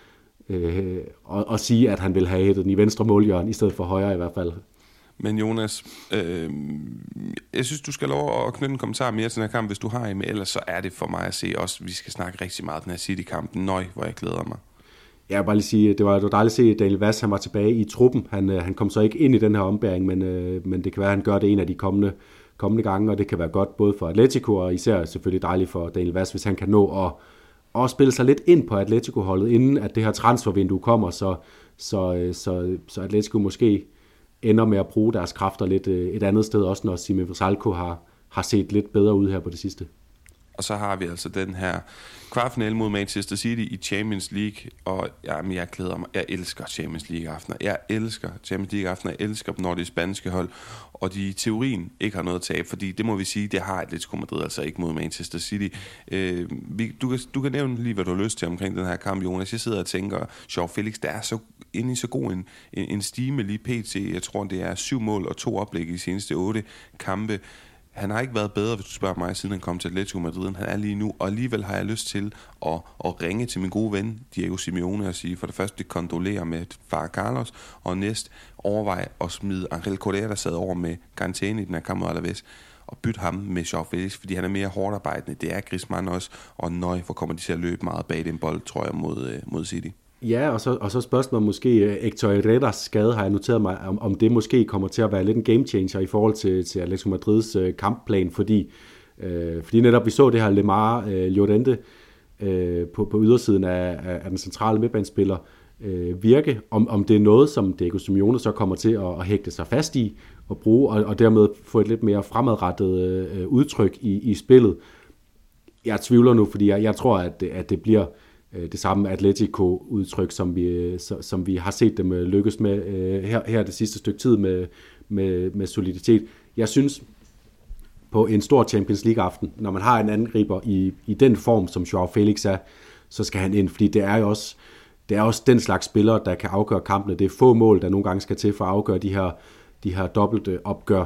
at sige, at han vil have hættet den i venstre målhjørne, i stedet for højre i hvert fald. Men Jonas, jeg synes, du skal lov at knytte en kommentar mere til den her kamp, hvis du har en, ellers så er det for mig at se også, vi skal snakke rigtig meget den her City-kampen. Hvor jeg glæder mig. Jeg vil bare lige sige, det var dejligt at se, at Daniel Vaz, han var tilbage i truppen. Han kom så ikke ind i den her ombæring, men det kan være, at han gør det en af de kommende gange, og det kan være godt både for Atletico, og især selvfølgelig dejligt for Daniel Vaz, hvis han kan nå at spille sig lidt ind på Atletico-holdet, inden at det her transfervindue kommer, så Atletico måske ender med at bruge deres kræfter lidt et andet sted, også når Simon Vrsaljko har set lidt bedre ud her på det sidste. Og så har vi altså den her kvartfinale mod Manchester City i Champions League, og jamen, jeg glæder mig. Jeg elsker Champions League-aftener. Jeg elsker dem, når det er spanske hold, og de i teorien ikke har noget at tabe, fordi det må vi sige, det har Atletico Madrid altså ikke mod Manchester City. Du kan nævne lige, hvad du har lyst til omkring den her kamp, Jonas. Jeg sidder og tænker, João Felix, der er så inde i så god en stime lige pt. Jeg tror, det er 7 mål og 2 oplæg i de seneste 8 kampe. han har ikke været bedre, hvis du spørger mig, siden han kom til Atletico Madrid, end han er lige nu. Og alligevel har jeg lyst til at ringe til min gode ven, Diego Simeone, og sige, for det første, det kondolerer med far Carlos, og næst overveje at smide Angel Correa, der sad over med karantæne i den her kamp mod Alaves, og bytte ham med Joao Felix, fordi han er mere hårdt arbejdende. Det er Griezmann også, og hvor kommer de til at løbe meget bag den bold, tror jeg, mod City. Ja, og så spørgsmålet måske, Héctor Herreras skade har jeg noteret mig, om det måske kommer til at være lidt en game changer i forhold til Atletico Madrids kampplan, fordi netop vi så det her Lemar Llorente på ydersiden af den centrale midtbanespiller virke, om det er noget, som Diego Simeone så kommer til at hægte sig fast i og bruge, og dermed få et lidt mere fremadrettet udtryk i spillet. Jeg tvivler nu, fordi jeg tror, at det bliver det samme Atletico-udtryk, som vi har set dem lykkes med her det sidste stykke tid med soliditet. Jeg synes, på en stor Champions League-aften, når man har en angriber i den form, som Joao Felix er, så skal han ind, fordi det er også den slags spillere, der kan afgøre kampene. Det er få mål, der nogle gange skal til for at afgøre de her dobbelte opgør,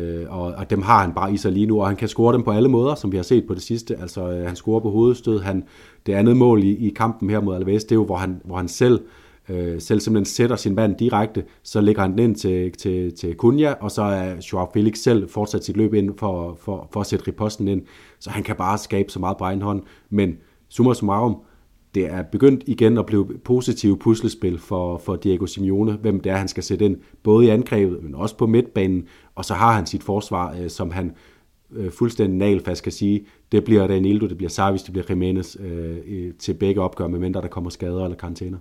og dem har han bare i sig lige nu, og han kan score dem på alle måder, som vi har set på det sidste. Altså, han scorer på hovedstød. Det andet mål i kampen her mod Alaves, det er jo, hvor han selv simpelthen sætter sin mand direkte, så lægger han den ind til Cunha, og så er Joao Felix selv fortsat sit løb ind for at sætte riposten ind, så han kan bare skabe så meget på egen hånd. Men summa summarum, det er begyndt igen at blive positive puslespil for Diego Simeone, hvem det er, han skal sætte ind, både i angrebet, men også på midtbanen, og så har han sit forsvar, som han fuldstændig nagelfast kan sige, det bliver Reinildo, det bliver Savic, det bliver Jimenez til begge opgør, medmindre der kommer skader eller karantæner.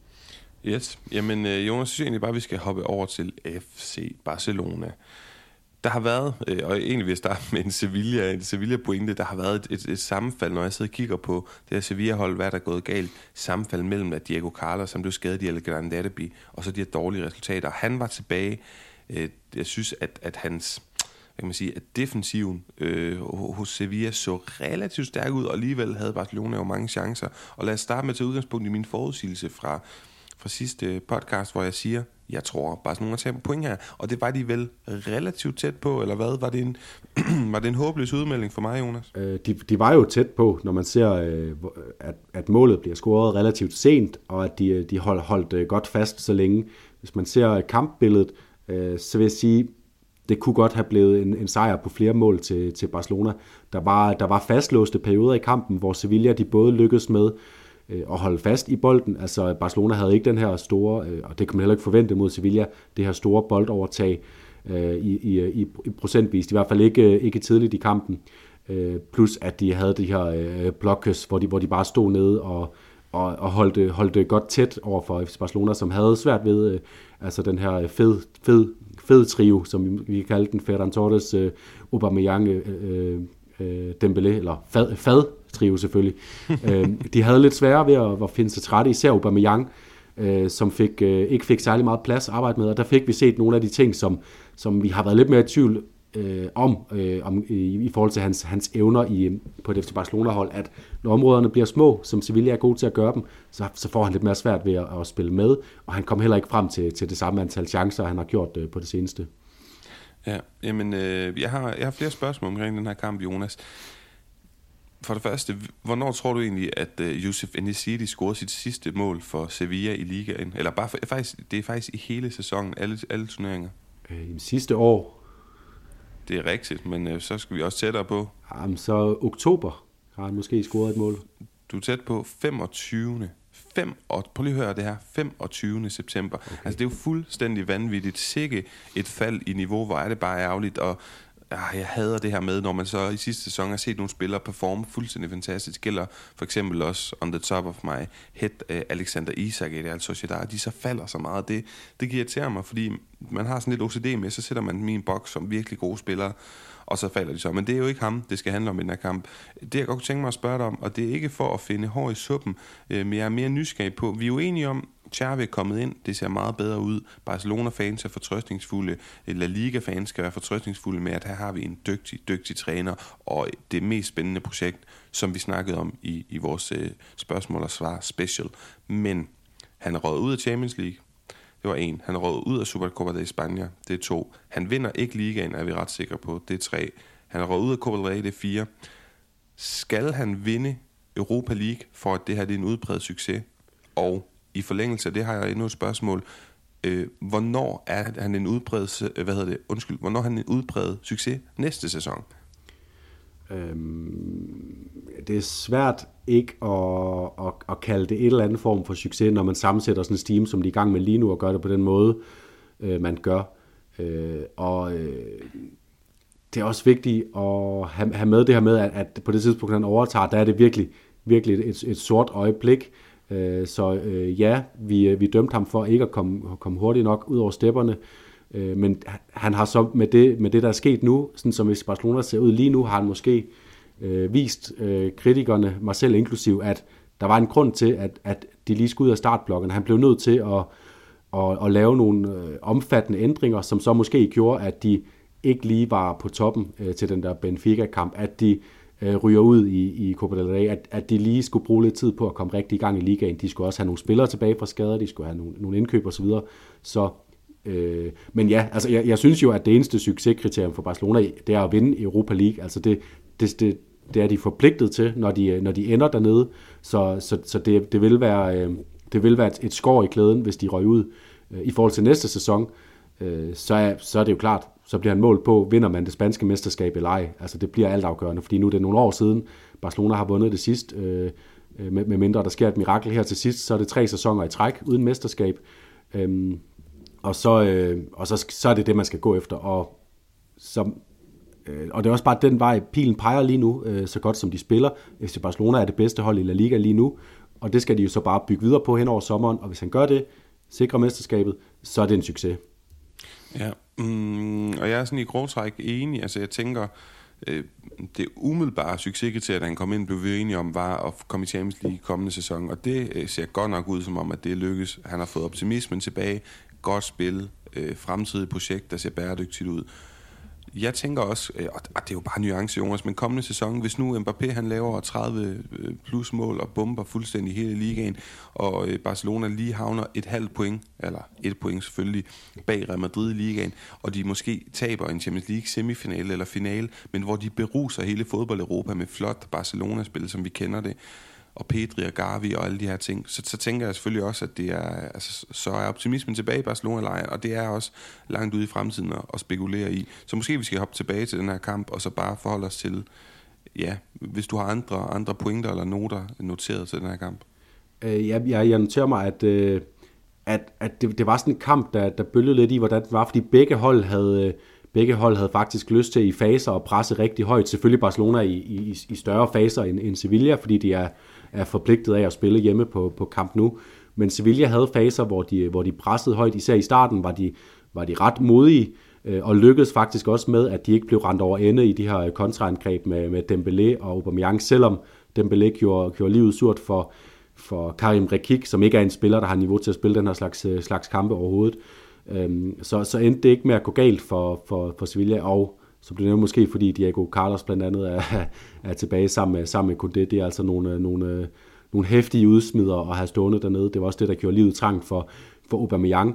Yes, jamen Jonas, synes egentlig bare, vi skal hoppe over til FC Barcelona. Der har været, og egentlig vil jeg starte med en Sevilla-pointe, der har været et sammenfald, når jeg sidder og kigger på det her Sevilla-hold, hvad der er gået galt, sammenfald mellem at Diego Carlos, som blev skadet i El Gran Derby, og så de her dårlige resultater. Han var tilbage, jeg synes, at hans, hvad kan man sige, at defensiven hos Sevilla så relativt stærk ud, og alligevel havde Barcelona jo mange chancer. Og lad os starte med at tage udgangspunkt i min forudsigelse fra sidste podcast, hvor jeg siger, jeg tror Barcelona tager point her, og det var de vel relativt tæt på, eller hvad? Var det en håbløs udmelding for mig, Jonas? De var jo tæt på, når man ser, at målet bliver scoret relativt sent, og at de holdt godt fast så længe. Hvis man ser kampbilledet, så vil jeg sige, det kunne godt have blevet en sejr på flere mål til Barcelona. Der var fastlåste perioder i kampen, hvor Sevilla de både lykkedes med at holde fast i bolden. Altså Barcelona havde ikke den her store, og det kan man heller ikke forvente mod Sevilla, det her store boldovertag i procentvis, i hvert fald ikke tidligt i kampen. Plus at de havde de her blokkes, hvor de bare stod nede og holdt godt tæt over for FC Barcelona, som havde svært ved altså den her fed trio, som vi kaldte den, Ferran Torres, Aubameyang, Dembélé, eller Fad trio selvfølgelig. De havde lidt sværere ved at finde sig trætte, især Aubameyang, som ikke fik særlig meget plads at arbejde med, og der fik vi set nogle af de ting, som vi har været lidt mere i tvivl om i forhold til hans evner på et FC Barcelona-hold, at når områderne bliver små, som Sevilla er god til at gøre dem, så får han lidt mere svært ved at spille med, og han kom heller ikke frem til det samme antal chancer, han har gjort på det seneste. Ja, jamen, jeg har flere spørgsmål omkring den her kamp, Jonas. For det første, hvornår tror du egentlig, at Youssef En-Nesyri scorede sit sidste mål for Sevilla i ligaen? Eller det er faktisk i hele sæsonen, alle turneringer? Sidste år. Det er rigtigt, men så skal vi også tættere på. Jamen, så oktober har han måske scoret et mål. Du er tæt på 25. Prøv lige at høre det her. 25. september. Okay. Altså, det er jo fuldstændig vanvittigt. Sikke et fald i niveau, hvor er det bare ærgerligt, og jeg hader det her med, når man så i sidste sæson har set nogle spillere performe fuldstændig fantastisk. Det gælder for eksempel også on the top of my head, Alexander Isak i Real Sociedad. De så falder så meget. Det irriterer mig, fordi man har sådan lidt OCD med, så sætter man dem i en boks som virkelig gode spillere, og så falder de så. Men det er jo ikke ham, det skal handle om i den her kamp. Det jeg godt kunne tænke mig at spørge dig om, og det er ikke for at finde hår i suppen, men jeg er mere nysgerrig på. Vi er jo enige om, Xavi er kommet ind, det ser meget bedre ud. Barcelona-fans er fortrøstningsfulde, La Liga-fans skal være fortrøstningsfulde med, at her har vi en dygtig træner, og det mest spændende projekt, som vi snakkede om i vores spørgsmål og svar special. Men han er røget ud af Champions League. Det var 1. Han er røget ud af Supercopa de España. Det er 2. Han vinder ikke ligaen, er vi ret sikre på. Det er 3. Han er røget ud af Copa del Rey, det er 4. Skal han vinde Europa League, for at det her det er en udbredt succes? Og i forlængelse af det har jeg endnu et spørgsmål. Hvornår er han en hvornår er han en udbredt succes næste sæson? Det er svært ikke at kalde det et eller andet form for succes, når man sammensætter sådan et team, som de er i gang med lige nu, og gør det på den måde, man gør. Det er også vigtigt at have med det her med, at på det tidspunkt, han overtager, der er det virkelig et sort øjeblik. Ja, vi dømte ham for ikke at komme hurtigt nok ud over stepperne, men han har så med det, der er sket nu, sådan som hvis Barcelona ser ud lige nu, har han måske vist kritikerne, mig selv inklusiv, at der var en grund til, at de lige skulle ud af startblokken. Han blev nødt til at lave nogle omfattende ændringer, som så måske gjorde, at de ikke lige var på toppen til den der Benfica-kamp, at de ryger ud i Copa del Rey, at de lige skulle bruge lidt tid på at komme rigtig i gang i ligaen. De skulle også have nogle spillere tilbage fra skader, de skulle have nogle indkøb og så videre. Men ja, altså jeg synes jo, at det eneste succeskriterium for Barcelona, det er at vinde Europa League. Altså det er de forpligtet til, når de ender dernede. Så det vil være et skår i klæden, hvis de røg ud. I forhold til næste sæson, så er det jo klart, så bliver han målt på, vinder man det spanske mesterskab eller ej. Altså det bliver altafgørende, fordi nu er det nogle år siden, Barcelona har vundet det sidst, med mindre der sker et mirakel her til sidst, så er det 3 sæsoner i træk uden mesterskab. Og så er det det, man skal gå efter. Og det er også bare den vej, pilen peger lige nu, så godt som de spiller. FC Barcelona er det bedste hold i La Liga lige nu, og det skal de jo så bare bygge videre på hen over sommeren, og hvis han gør det, sikrer mesterskabet, så er det en succes. Ja, og jeg er sådan i grov træk enig. Altså jeg tænker, det umiddelbare succeskriterie, da han kom ind, blev vi enige om, var at komme i Champions League kommende sæson, og det ser godt nok ud som om, at det lykkes. Han har fået optimismen tilbage, godt spil, fremtidigt projekt, der ser bæredygtigt ud. Jeg tænker også, og det er jo bare nuance, Jonas, men kommende sæson, hvis nu Mbappé han laver 30 plus mål og bomber fuldstændig hele ligaen, og Barcelona lige havner et halvt point, eller et point selvfølgelig, bag Real Madrid i ligaen, og de måske taber en Champions League semifinale eller finale, men hvor de beruser hele fodbold-Europa med flot Barcelona-spil, som vi kender det, og Pedri og Gavi og alle de her ting, så tænker jeg selvfølgelig også, at det er, altså, så er optimismen tilbage i Barcelona-lejren, og det er også langt ude i fremtiden at spekulere i. Så måske vi skal hoppe tilbage til den her kamp, og så bare forholde os til, ja, hvis du har andre pointer eller noter noteret til den her kamp. Jeg noterer mig, at det var sådan en kamp, der bølgede lidt i, hvordan det var, fordi begge hold havde faktisk lyst til i faser at presse rigtig højt. Selvfølgelig Barcelona i større faser end Sevilla, fordi de er forpligtet af at spille hjemme på Camp Nou. Men Sevilla havde faser, hvor de pressede højt. Især i starten var de ret modige, og lykkedes faktisk også med, at de ikke blev rendt over ende i de her kontraangreb med Dembélé og Aubameyang, selvom Dembélé gjorde livet surt for Karim Rekik, som ikke er en spiller, der har niveau til at spille den her slags kampe overhovedet. Så endte det ikke med at gå galt for Sevilla, og så blev det måske, fordi Diego Carlos blandt andet er tilbage sammen med Koundé. Det er altså nogle heftige udsmider at have stående dernede. Det var også det, der gjorde livet trangt for Aubameyang.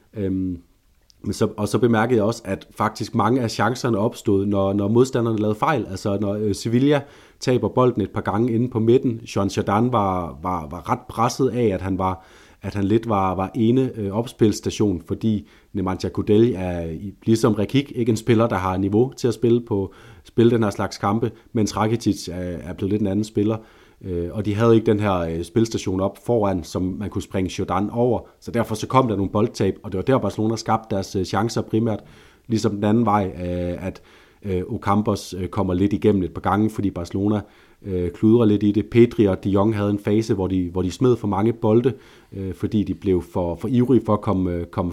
Og så bemærkede jeg også, at faktisk mange af chancerne opstod, når modstanderne lavede fejl. Altså når Sevilla taber bolden et par gange inde på midten. Jean Jardin var ret presset af, at han lidt var ene opspilstation, fordi Nemanja Kudel er ligesom Rekik ikke en spiller, der har niveau til at spille den her slags kampe, mens Rakitic er blevet lidt en anden spiller. Og de havde ikke den her spilstation op foran, som man kunne springe Jordan over, så derfor så kom der nogle boldtab, og det var der Barcelona skabte deres chancer primært, ligesom den anden vej, at Ocampos kommer lidt igennem et par gange, fordi Barcelona kludrer lidt i det. Pedri og De Jong havde en fase, hvor de smed for mange bolde, fordi de blev for ivrige for at komme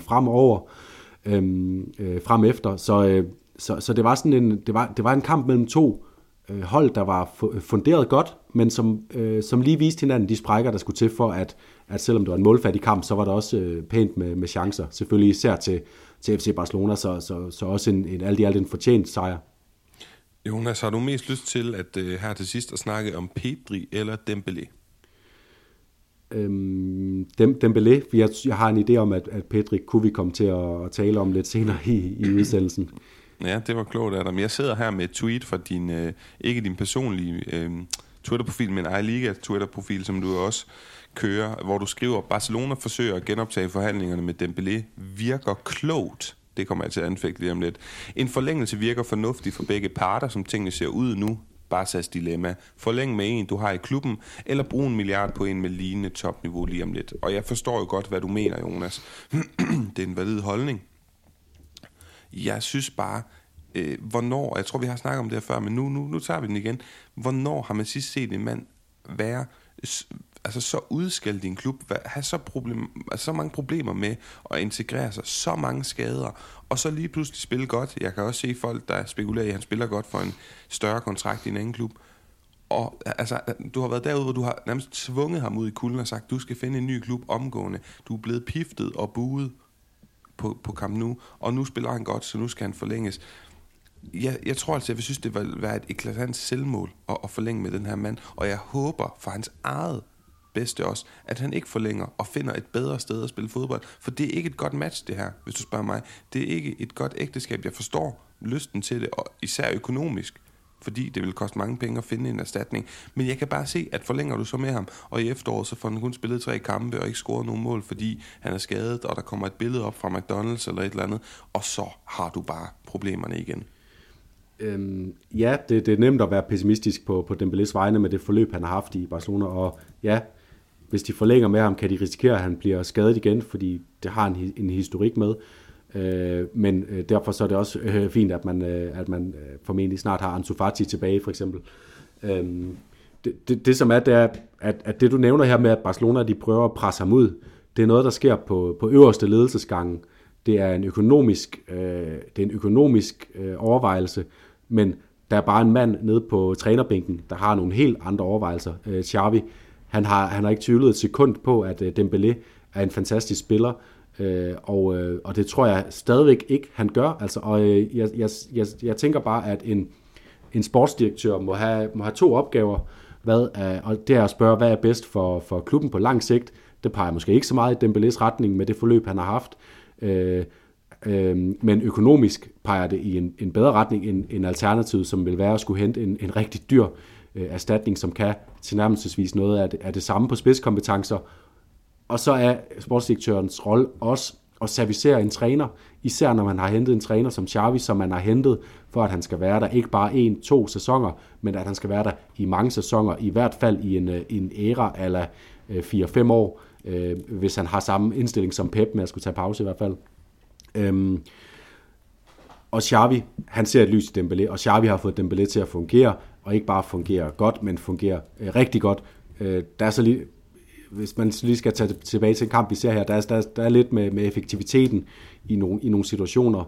frem efter. Så det var sådan det var en kamp mellem to hold, der var funderet godt, men som lige viste hinanden de sprækker, der skulle til for, at selvom det var en målfattig kamp, så var der også pænt med chancer. Selvfølgelig især til FC Barcelona, så også alt i alt en fortjent sejr. Jonas, har du mest lyst til her til sidst at snakke om Pedri eller Dembélé? Dembélé, jeg har en idé om, at Pedri kunne vi komme til at tale om lidt senere i udsendelsen. Ja, det var klogt af dig. Men jeg sidder her med et tweet fra ikke din personlige Twitter-profil, men iLiga Twitter-profil, som du også kører, hvor du skriver, Barcelona forsøger at genoptage forhandlingerne med Dembélé, virker klogt. Det kommer jeg til at anfægte lige om lidt. En forlængelse virker fornuftig for begge parter, som tingene ser ud nu. Barças dilemma. Forlæng med en, du har i klubben, eller brug 1 milliard på en med lignende topniveau lige om lidt. Og jeg forstår jo godt, hvad du mener, Jonas. Det er en valid holdning. Jeg synes bare, hvornår, jeg tror, vi har snakket om det her før, men nu tager vi den igen. Hvornår har man sidst set en mand være så udskældt i en klub, have så mange problemer med at integrere sig, så mange skader, og så lige pludselig spille godt. Jeg kan også se folk, der spekulerer i, at han spiller godt for en større kontrakt i en anden klub. Og altså, du har været derude, hvor du har nærmest tvunget ham ud i kulden og sagt, du skal finde en ny klub omgående. Du er blevet piftet og buet på Camp Nou, og nu spiller han godt, så nu skal han forlænges. Jeg tror altså, jeg synes, det vil være et eklatant selvmål at forlænge med den her mand, og jeg håber for hans eget bedste også, at han ikke forlænger og finder et bedre sted at spille fodbold, for det er ikke et godt match det her, hvis du spørger mig. Det er ikke et godt ægteskab. Jeg forstår lysten til det, og især økonomisk, fordi det vil koste mange penge at finde en erstatning. Men jeg kan bare se, at forlænger du så med ham, og i efteråret så får han kun spillet 3 kampe og ikke scoret nogen mål, fordi han er skadet, og der kommer et billede op fra McDonald's eller et eller andet, og så har du bare problemerne igen. Ja, det er nemt at være pessimistisk på Dembélés vegne med det forløb, han har haft i Barcelona, og ja, hvis de forlænger med ham, kan de risikere, at han bliver skadet igen, fordi det har en historik med. Men derfor så er det også fint, at man formentlig snart har Ansu Fati tilbage, for eksempel. Det som er, det er, at det du nævner her med, at Barcelona de prøver at presse ham ud, det er noget, der sker på øverste ledelsesgangen. Det er en økonomisk overvejelse, men der er bare en mand nede på trænerbænken, der har nogle helt andre overvejelser. Xavi, han har ikke tvivlet et sekund på, at Dembélé er en fantastisk spiller, og det tror jeg stadigvæk ikke, han gør. Altså, og jeg tænker bare, at en sportsdirektør må have 2 opgaver, og det er at spørge, hvad er bedst for klubben på lang sigt. Det peger måske ikke så meget i Dembélés retning med det forløb, han har haft, men økonomisk peger det i en bedre retning end alternativet, som vil være at skulle hente en rigtig dyr erstatning, som kan tilnærmelsesvis noget af det samme på spidskompetencer. Og så er sportsdirektørens rolle også at servicere en træner, især når man har hentet en træner som Xavi, som man har hentet for, at han skal være der ikke bare 1-2 sæsoner, men at han skal være der i mange sæsoner, i hvert fald i en æra eller 4-5 år, hvis han har samme indstilling som Pep med at skulle tage pause i hvert fald. Og Xavi, han ser et lys i Dembélé, og Xavi har fået Dembélé til at fungere, og ikke bare fungere godt, men fungere rigtig godt. Der er så lige, hvis man lige skal tage tilbage til en kamp, vi ser her, der er lidt med effektiviteten i nogle situationer,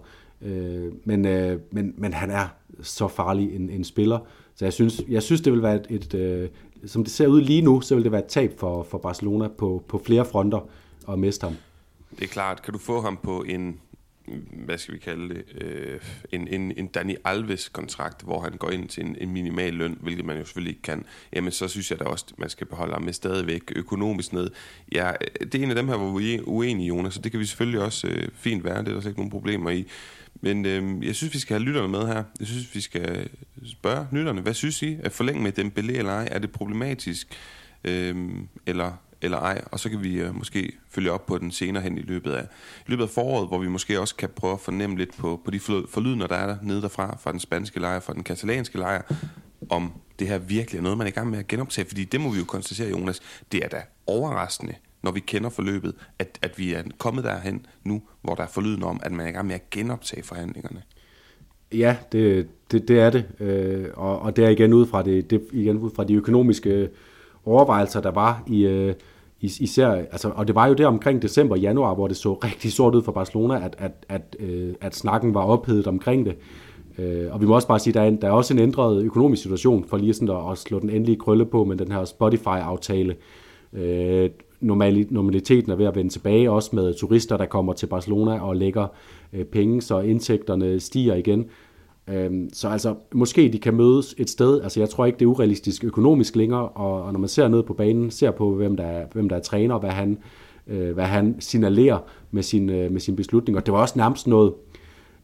men han er så farlig en spiller, så jeg synes det vil være et som det ser ud lige nu, så vil det være et tab for Barcelona på flere fronter at miste ham. Det er klart, kan du få ham på en, hvad skal vi kalde det, en Dani Alves-kontrakt, hvor han går ind til en minimal løn, hvilket man jo selvfølgelig ikke kan, jamen så synes jeg da også, at man skal beholde ham med stadigvæk økonomisk ned. Ja, det er en af dem her, hvor vi er uenige, Jonas, så det kan vi selvfølgelig også fint være, det er der slet ikke nogen problemer i. Men jeg synes, vi skal have lytterne med her. Jeg synes, vi skal spørge lytterne, hvad synes I? At forlænge med Dembélé eller ej? Er det problematisk? Eller ej, og så kan vi måske følge op på den senere hen i løbet af foråret, hvor vi måske også kan prøve at fornemme lidt på de forlydender, der er der nede derfra, fra den spanske lejr, fra den katalanske lejr, om det her virkelig er noget, man er i gang med at genoptage, fordi det må vi jo konstatere, Jonas, det er da overraskende, når vi kender forløbet, at vi er kommet derhen nu, hvor der er forlydende om, at man er i gang med at genoptage forhandlingerne. Ja, det er det, og det er igen ud fra de økonomiske overvejelser, der var især, altså, og det var jo der omkring december, januar, hvor det så rigtig sort ud for Barcelona, at snakken var ophedet omkring det. Og vi må også bare sige, at der er også en ændret økonomisk situation, for lige sådan at slå den endelige krølle på med den her Spotify-aftale. Normaliteten er ved at vende tilbage, også med turister, der kommer til Barcelona og lægger penge, så indtægterne stiger igen. Så altså, måske de kan mødes et sted. Altså, jeg tror ikke, det er urealistisk økonomisk længere, og når man ser ned på banen, ser på, hvem der er træner, hvad han signalerer med sin beslutning. Og det var også nærmest noget,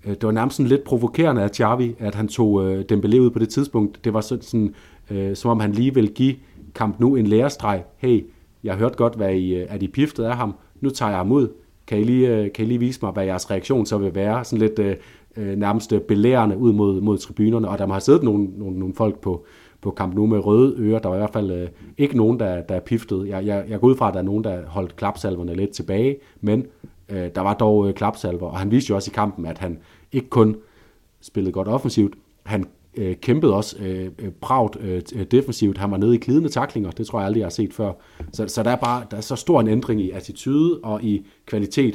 Det var nærmest sådan lidt provokerende af Xavi, at han tog Dembélé ud på det tidspunkt. Det var sådan som om han lige ville give Camp Nou en lærestreg. Hey, jeg har hørt godt, at I piftede af ham. Nu tager jeg ham ud. Kan I lige vise mig, hvad jeres reaktion så vil være? Sådan lidt nærmest belærende ud mod tribunerne. Og der må have siddet nogle folk på Camp Nou med røde ører. Der var i hvert fald ikke nogen, der piftede. Jeg går ud fra, at der er nogen, der holdt klapsalverne lidt tilbage, men der var dog klapsalver. Og han viste jo også i kampen, at han ikke kun spillede godt offensivt, han kæmpede også bravt defensivt. Han var nede i glidende tacklinger. Det tror jeg aldrig, jeg har set før. Så der er så stor en ændring i attitude og i kvalitet,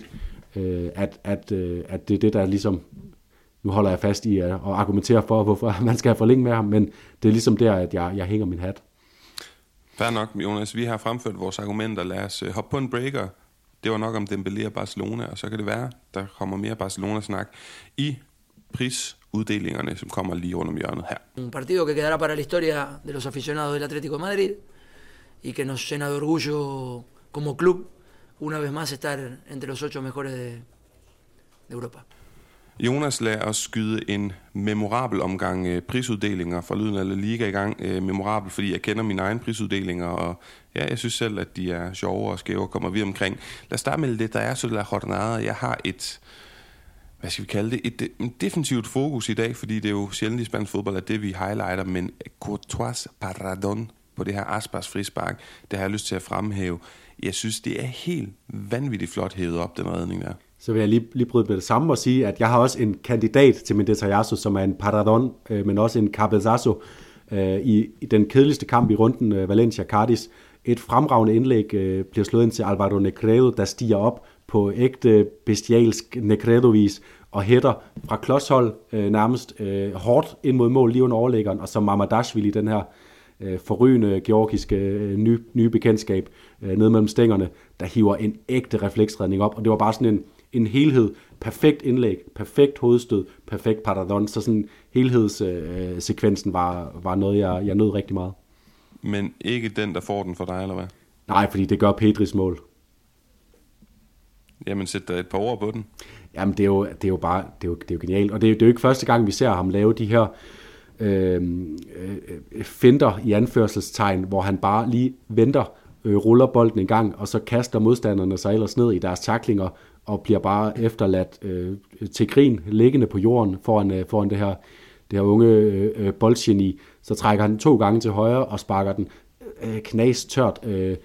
at det er det, der ligesom... Nu holder jeg fast i at argumentere for, hvorfor man skal have forlænge med ham, men det er ligesom der, at jeg hænger min hat. Fair nok, Jonas. Vi har fremført vores argumenter. Lad os hoppe på en breaker. Det var nok om Dembélé og Barcelona, og så kan det være, der kommer mere Barcelona-snak i prisuddelingerne, som kommer lige rundt om hjørnet her. Un partido que quedará para la historia de los aficionados del Atlético de Madrid y que nos llena de orgullo como club una vez más estar entre los 8 mejores de Europa. Jonas, lad os skyde en memorabel omgang prisuddelinger fra Lyden af La Liga i gang. Memorabel, fordi jeg kender mine egne prisuddelinger, og ja, jeg synes selv, at de er sjove og skæve og kommer vi omkring. Lad os starte med det, der er så la jornada. Jeg har hvad skal vi kalde det, et defensivt fokus i dag, fordi det er jo sjældent i spansk fodbold, at det vi highlighter, men Courtois Paradon på det her Aspas frispark, det har jeg lyst til at fremhæve. Jeg synes, det er helt vanvittigt flot hævet op, den redning der. Så vil jeg lige bryde med det samme og sige, at jeg har også en kandidat til min Detallazo, som er en Paradon, men også en Cabezazo i den kedeligste kamp i runden, Valencia-Cardis. Et fremragende indlæg bliver slået ind til Alvaro Negredo, der stiger op på ægte bestialsk Negredo-vis og hætter fra klodshold nærmest hårdt ind mod mål lige under overlæggeren, og så Mamadashvili, den her forrygende georgiske nye bekendtskab ned mellem stængerne, der hiver en ægte refleksredning op, og det var bare sådan en helhed, perfekt indlæg, perfekt hovedstød, perfekt Paradon, så sådan helhedssekvensen var noget, jeg nød rigtig meget. Men ikke den, der får den for dig, eller hvad? Nej, fordi det gør Pedris mål. Jamen, sæt der et par ord på den. Jamen, det er jo genialt, og det er jo ikke første gang, vi ser ham lave de her finter i anførselstegn, hvor han bare lige venter, ruller bolden en gang, og så kaster modstanderne sig ellers ned i deres tacklinger, og bliver bare efterladt til grin, liggende på jorden foran det her unge boldgeni. Så trækker han 2 gange til højre, og sparker den knastørt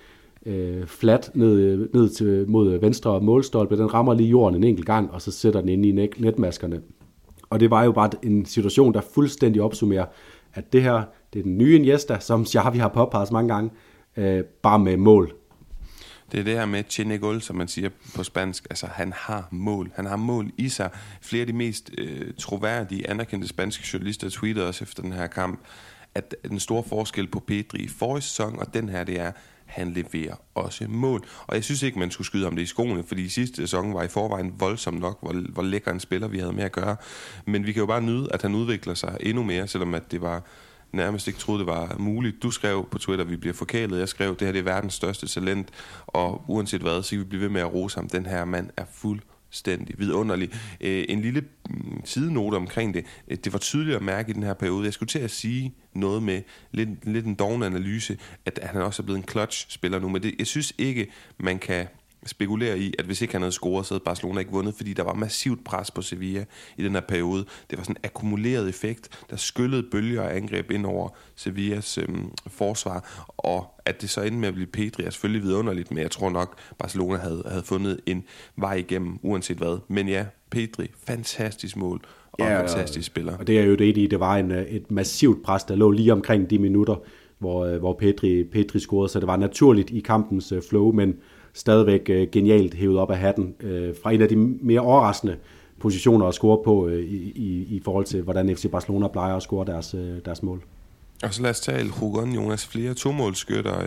flat ned mod venstre målstolpe. Den rammer lige jorden en enkelt gang, og så sætter den ind i netmaskerne. Og det var jo bare en situation, der fuldstændig opsummerer, at det her, det er den nye Iniesta, som Xavi har påpeget så mange gange, bare med mål. Det er det her med tiene gol, som man siger på spansk. Altså, han har mål. Han har mål i sig. Flere af de mest troværdige, anerkendte spanske journalister tweetede også efter den her kamp, at den store forskel på Pedri i forrige sæson og den her, det er, han leverer også mål. Og jeg synes ikke, man skulle skyde ham det i skoene, fordi sidste sæson var i forvejen voldsom nok, hvor lækker en spiller vi havde med at gøre. Men vi kan jo bare nyde, at han udvikler sig endnu mere, selvom at det var nærmest ikke troede, det var muligt. Du skrev på Twitter, vi bliver forkælet. Jeg skrev, det her det er verdens største talent, og uanset hvad, så kan vi blive ved med at rose ham. Den her mand er fuldstændig vidunderlig. En lille sidenote omkring det. Det var tydeligt at mærke i den her periode. Jeg skulle til at sige noget med lidt en doven analyse, at han også er blevet en clutch-spiller nu. Men det, jeg synes ikke, man kan spekulere i, at hvis ikke han havde scoret, så havde Barcelona ikke vundet, fordi der var massivt pres på Sevilla i den her periode. Det var sådan en akkumuleret effekt, der skyllede bølger af angreb ind over Sevillas forsvar, og at det så endte med at blive Pedri er selvfølgelig vidunderligt, men jeg tror nok, Barcelona havde fundet en vej igennem, uanset hvad. Men ja, Pedri, fantastisk mål, og en fantastisk spiller. Og det er jo det i, det var et massivt pres, der lå lige omkring de minutter, hvor Pedri scorede, så det var naturligt i kampens flow, men stadigvæk genialt hævet op af hatten fra en af de mere overraskende positioner at score på i forhold til, hvordan FC Barcelona plejer at score deres mål. Og så lad os tage El Hugon, Jonas. Flere tomålsskytter.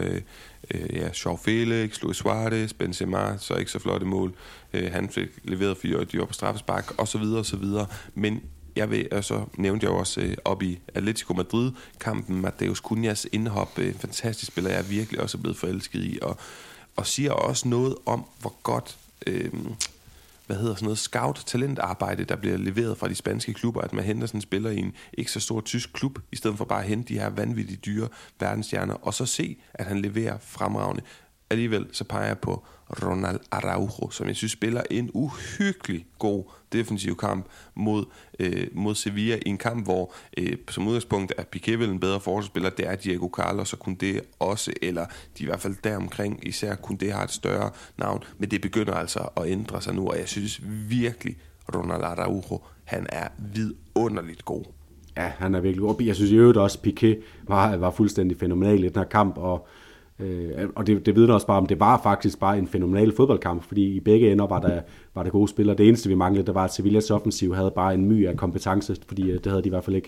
Joao Felix, Luis Suarez, Benzema, så ikke så flotte mål. Han fik leveret 4 dyr på straffespark, og så videre, og så videre. Men jeg vil, så nævnte jeg også op i Atletico Madrid-kampen, Mateus Cunhas indhop. Fantastisk spiller, jeg er virkelig også blevet forelsket i, og siger også noget om, hvor godt scout-talentarbejde, der bliver leveret fra de spanske klubber, at man henter sådan en spiller i en ikke så stor tysk klub, i stedet for bare at hente de her vanvittigt dyre verdensstjerner, og så se, at han leverer fremragende. Alligevel så peger jeg på Ronald Araujo, som jeg synes spiller en uhyggelig god defensiv kamp mod Sevilla, i en kamp, hvor som udgangspunkt er Piqué vel en bedre forsvarsspiller, det er Diego Carlos, og Koundé også, eller de i hvert fald deromkring, især Koundé har et større navn, men det begynder altså at ændre sig nu, og jeg synes virkelig, Ronald Araujo, han er vidunderligt god. Ja, han er virkelig god. Jeg synes i øvrigt også, Piqué var fuldstændig fænomenal i den her kamp, og det vidner også bare om, det var faktisk bare en fænomenal fodboldkamp, fordi i begge ender var der gode spillere. Det eneste, vi manglede, det var, at Sevillas offensiv havde bare en my af kompetence, fordi det havde de i hvert fald ikke.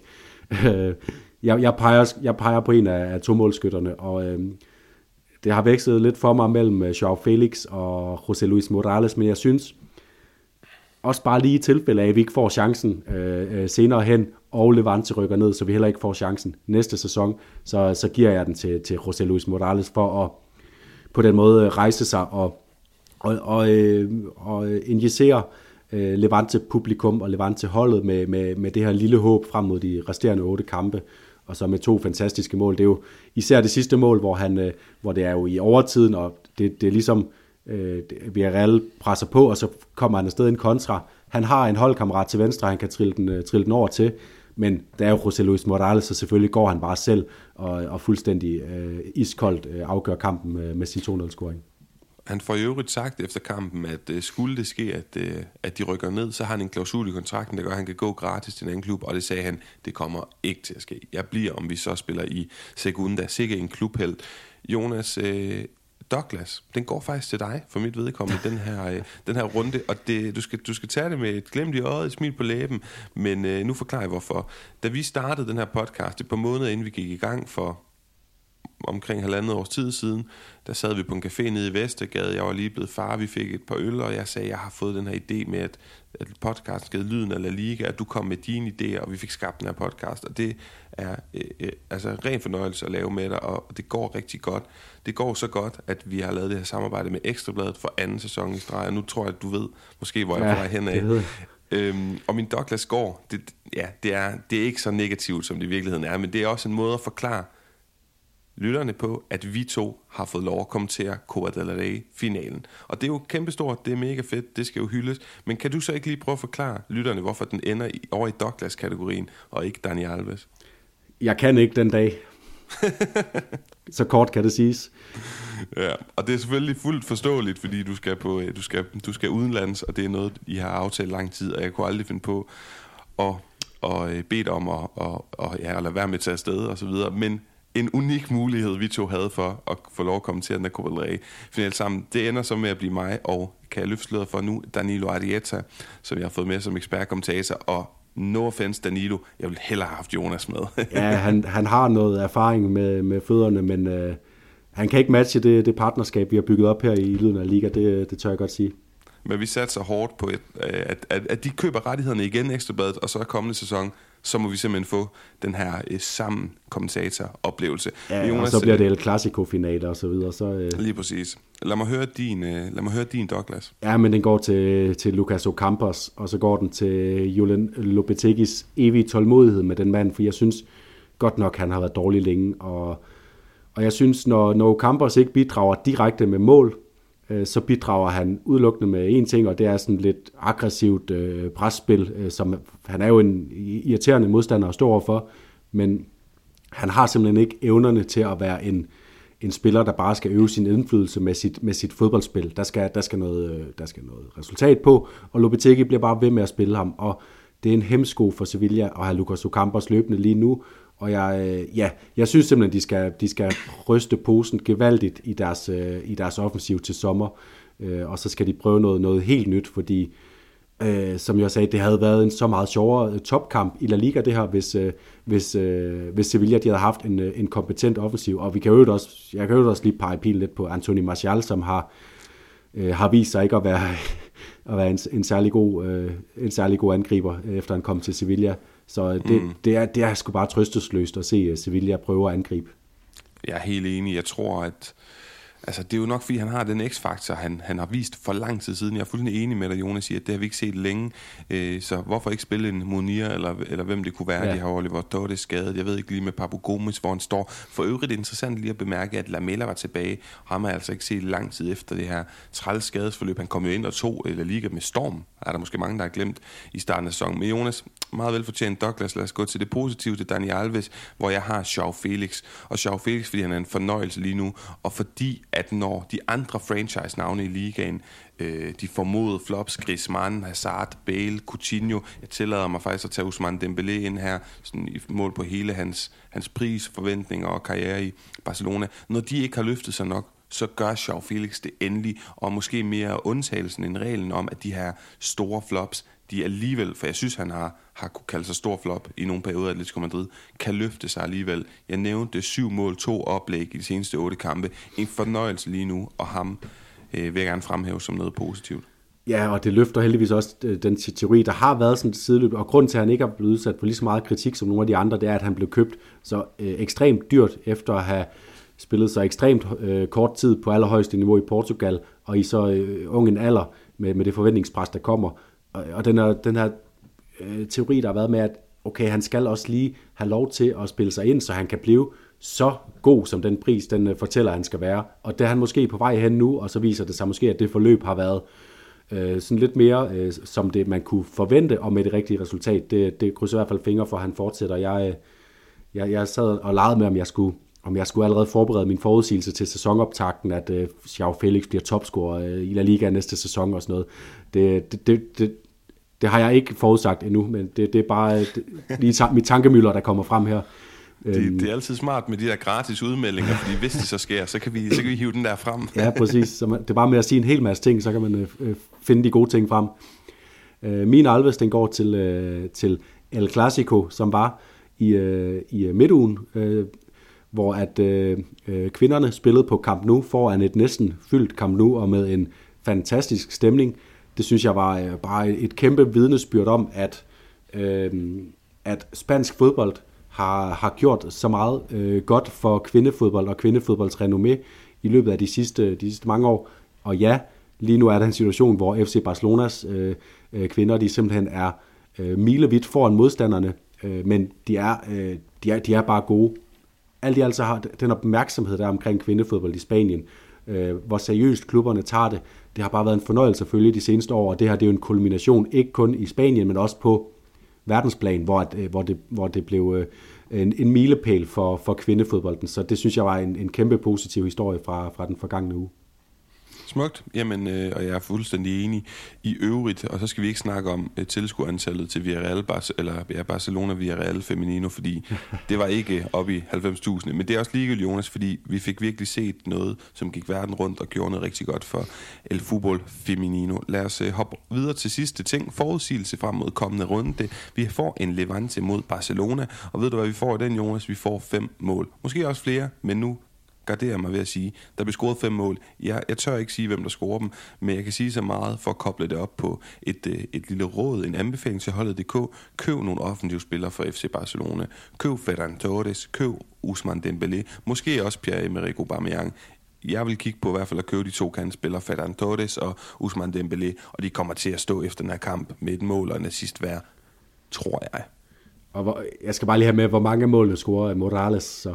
Jeg peger på en af tomålskytterne, og det har vekslet lidt for mig mellem Joao Felix og José Luis Morales, men jeg synes også bare lige i tilfælde af, at vi ikke får chancen senere hen, og Levante rykker ned, så vi heller ikke får chancen næste sæson, så giver jeg den til José Luis Morales for at på den måde rejse sig og injicere Levante publikum og Levante holdet med det her lille håb frem mod de resterende 8 kampe, og så med 2 fantastiske mål. Det er jo især det sidste mål, hvor det er jo i overtiden, og det er ligesom Villarreal presser på, og så kommer han afsted en kontra. Han har en holdkammerat til venstre, han kan trille den over til, men der er jo José Luis Morales, så selvfølgelig går han bare selv og fuldstændig iskoldt afgør kampen med sin 2-0-scoring. Han får i øvrigt sagt efter kampen, at skulle det ske, at de rykker ned, så har han en klausul i kontrakten, der gør, at han kan gå gratis til en anden klub, og det sagde han, det kommer ikke til at ske. Jeg bliver, om vi så spiller i Segunda, sikkert en klubhelt. Jonas, Douglas, den går faktisk til dig, for mit vedkommende, den her runde, og du skal tage det med et glimt i øjet, et smil på læben, men nu forklarer jeg hvorfor. Da vi startede den her podcast, et par måneder inden vi gik i gang for omkring 1,5 års tid siden, der sad vi på en café nede i Vestergade, jeg var lige blevet far, vi fik et par øl, og jeg sagde, jeg har fået den her idé med, at podcasten skal lyden af La Liga, at du kom med dine idéer, og vi fik skabt den her podcast, og det er altså ren fornøjelse at lave med dig, og det går rigtig godt. Det går så godt, at vi har lavet det her samarbejde med Ekstrabladet for 2. sæson i streg, og nu tror jeg, at du ved måske, hvor jeg er på vej henad. Og min Douglas går, det er ikke så negativt, som det i virkeligheden er, men det er også en måde at forklare lytterne på, at vi 2 har fået lov at kommentere Copa del Rey-finalen. Og det er jo kæmpestort, det er mega fedt, det skal jo hyldes. Men kan du så ikke lige prøve at forklare lytterne, hvorfor den ender over i Douglas-kategorien, og ikke Dani Alves? Jeg kan ikke den dag. Så kort kan det siges. Ja, og det er selvfølgelig fuldt forståeligt, fordi du skal udenlands, og det er noget, I har aftalt lang tid, og jeg kunne aldrig finde på at bede dig om at lade være med at tage afsted og så videre. Men en unik mulighed, vi 2 havde for at få lov at kommentere den der Copa del Rey-final sammen. Det ender så med at blive mig, og kan jeg løfte sløret for nu, Danilo Arieta, som jeg har fået med som ekspertkommentator, og no offense Danilo, jeg vil hellere have haft Jonas med. Ja, han har noget erfaring med fødderne, men han kan ikke matche det partnerskab, vi har bygget op her i Lyden af Liga, det tør jeg godt sige. Men vi satser hårdt på, at de køber rettighederne igen Ekstrabladet, og så er kommende sæson, så må vi simpelthen få den her sammen kommentator-oplevelse. Ja, Jonas, og så bliver det El Clasico-finaler og så videre. Så, Lige præcis. Lad mig høre din Douglas. Ja, men den går til Lucas Ocampos, og så går den til Julen Lopetegis evige tålmodighed med den mand, for jeg synes godt nok, han har været dårlig længe, og jeg synes, når Ocampos ikke bidrager direkte med mål, så bidrager han udelukkende med én ting, og det er sådan lidt aggressivt presspil, som han er jo en irriterende modstander at stå overfor, men han har simpelthen ikke evnerne til at være en spiller, der bare skal øve sin indflydelse med sit fodboldspil. Der skal noget resultat på, og Lopetegui bliver bare ved med at spille ham, og det er en hemsko for Sevilla at have Lucas Ocampos løbende lige nu, og jeg synes simpelthen, de skal ryste posen gevaldigt i deres offensiv til sommer, og så skal de prøve noget helt nyt, fordi som jeg sagde, det havde været en så meget sjovere topkamp i La Liga det her, hvis Sevilla de havde haft en kompetent offensiv, og jeg kan jo også lige pege pilen lidt på Anthony Martial, som har vist sig ikke at være en særlig god angriber, efter han kom til Sevilla. Så det er sgu bare trøstesløst at se Sevilla prøve at angribe. Jeg er helt enig. Jeg tror, Altså, det er jo nok, fordi han har den x-faktor, han har vist for lang tid siden. Jeg er fuldstændig enig med dig, Jonas, i, at det har vi ikke set længe. Så hvorfor ikke spille en Munir, eller hvem det kunne være? Ja. De har Oliver Torres skadet. Jeg ved ikke lige med Papu Gomes, hvor han står. For øvrigt interessant lige at bemærke, at Lamela var tilbage. Ham har altså ikke set lang tid efter det her træls skadesforløb. Han kom jo ind og tog La Liga med storm. Er der måske mange, der har glemt i starten af sæsonen. Men Jonas, meget velfortjent Douglas. Lad os gå til det positive, til Dani Alves, hvor jeg har João Felix. Og João Felix, fordi han er en fornøjelse lige nu, og fordi at når de andre franchise-navne i ligaen, de formodede flops, Griezmann, Hazard, Bale, Coutinho, jeg tillader mig faktisk at tage Ousmane Dembélé ind her, sådan i mål på hele hans pris, forventninger og karriere i Barcelona. Når de ikke har løftet sig nok, så gør João Felix det endelig, og måske mere undtagelsen end reglen om, at de her store flops, de alligevel, for jeg synes, han har kunne kalde sig stor flop i nogle perioder af Atletico Madrid, kan løfte sig alligevel. Jeg nævnte 7 mål, 2 oplæg i de seneste 8 kampe. En fornøjelse lige nu, og ham vil jeg gerne fremhæve som noget positivt. Ja, og det løfter heldigvis også den teori, der har været sådan et sideløb, og grunden til, at han ikke er blevet udsat for lige så meget kritik som nogle af de andre, det er, at han blev købt så ekstremt dyrt, efter at have spillet sig ekstremt kort tid på allerhøjeste niveau i Portugal, og i så ung en alder med det forventningspres, der kommer. Og den her teori, der har været med, at okay, han skal også lige have lov til at spille sig ind, så han kan blive så god, som den pris, den fortæller, han skal være. Og det er han måske på vej hen nu, og så viser det sig måske, at det forløb har været sådan lidt mere, som det man kunne forvente, og med det rigtige resultat. Det krydser i hvert fald fingre for, at han fortsætter. Jeg sad og legede med, om jeg skulle allerede forberede min forudsigelse til sæsonoptakten, at João Felix bliver topscorer i La Liga næste sæson og sådan noget. Det har jeg ikke forudsagt endnu, men det er bare lige mit tankemøller, der kommer frem her. Det er altid smart med de der gratis udmeldinger, fordi hvis det så sker, så kan vi hive den der frem. Ja, præcis. Så det er bare med at sige en hel masse ting, så kan man finde de gode ting frem. Min Alves, den går til El Clasico, som var i midtugen, hvor at kvinderne spillede på Camp Nou foran et næsten fyldt Camp Nou og med en fantastisk stemning. Det synes jeg var bare et kæmpe vidnesbyrd om, at spansk fodbold har gjort så meget godt for kvindefodbold og kvindefodbolds renommé i løbet af de sidste mange år. Og ja, lige nu er der en situation, hvor FC Barcelonas kvinder, de simpelthen er milevidt foran modstanderne, men de er bare gode. Alt i alt så har den opmærksomhed der omkring kvindefodbold i Spanien, hvor seriøst klubberne tager det. Det har bare været en fornøjelse at følge de seneste år, og det her det er jo en kulmination, ikke kun i Spanien, men også på verdensplan, hvor det blev en milepæl for kvindefodbolden. Så det synes jeg var en kæmpe positiv historie fra den forgangne uge. Smukt. Jamen, og jeg er fuldstændig enig i øvrigt, og så skal vi ikke snakke om tilskuerantallet til Villarreal, Barcelona Villarreal Femenino, fordi det var ikke oppe i 90.000, men det er også ligegyldigt, Jonas, fordi vi fik virkelig set noget, som gik verden rundt og gjorde noget rigtig godt for El Fútbol Femenino. Lad os hoppe videre til sidste ting. Forudsigelse frem mod kommende runde. Vi får en Levante mod Barcelona, og ved du hvad vi får i den, Jonas? Vi får 5 mål. Måske også flere, men nu garderer mig ved at sige, der bliver scoret 5 mål. Jeg tør ikke sige, hvem der scorer dem, men jeg kan sige så meget for at koble det op på et lille råd, en anbefaling til holdet.dk. Køb nogle offensive spillere for FC Barcelona. Køb Ferran Torres, køb Ousmane Dembélé, måske også Pierre-Emerick Aubameyang. Jeg vil kigge på i hvert fald at købe de 2 kantspillere, Ferran Torres og Ousmane Dembélé, og de kommer til at stå efter den her kamp med et mål og en assist hver, tror jeg. Og jeg skal bare lige have med, hvor mange mål scorer Morales, så...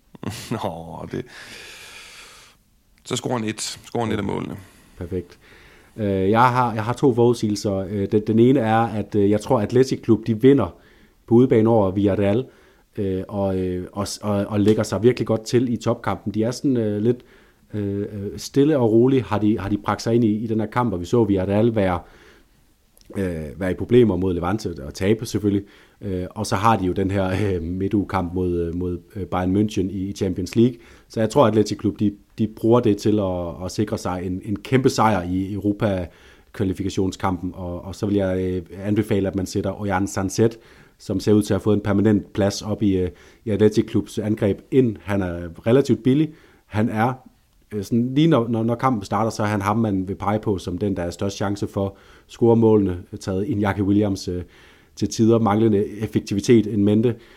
Så scorer han et af målene. Perfekt. Jeg har 2 forudsigelser. Den ene er, at jeg tror, at Athletic Klub de vinder på udebane over Villarreal og lægger sig virkelig godt til i topkampen. De er sådan lidt stille og roligt har de bragt sig ind i den her kamp, og vi så Villarreal være i problemer mod Levante og tabe selvfølgelig. Og så har de jo den her midtugekamp mod Bayern München i Champions League. Så jeg tror, at Athletic Klub de bruger det til at sikre sig en kæmpe sejr i Europa-kvalifikationskampen. Og så vil jeg anbefale, at man sætter Oyan Sanset, som ser ud til at have fået en permanent plads op i Athletic Klubs angreb ind. Han er relativt billig. Han er sådan, lige når kampen starter, så er han ham, man vil pege på som den, der er størst chance for scoremålene, taget Iñaki Williams til tider manglende effektivitet en mente.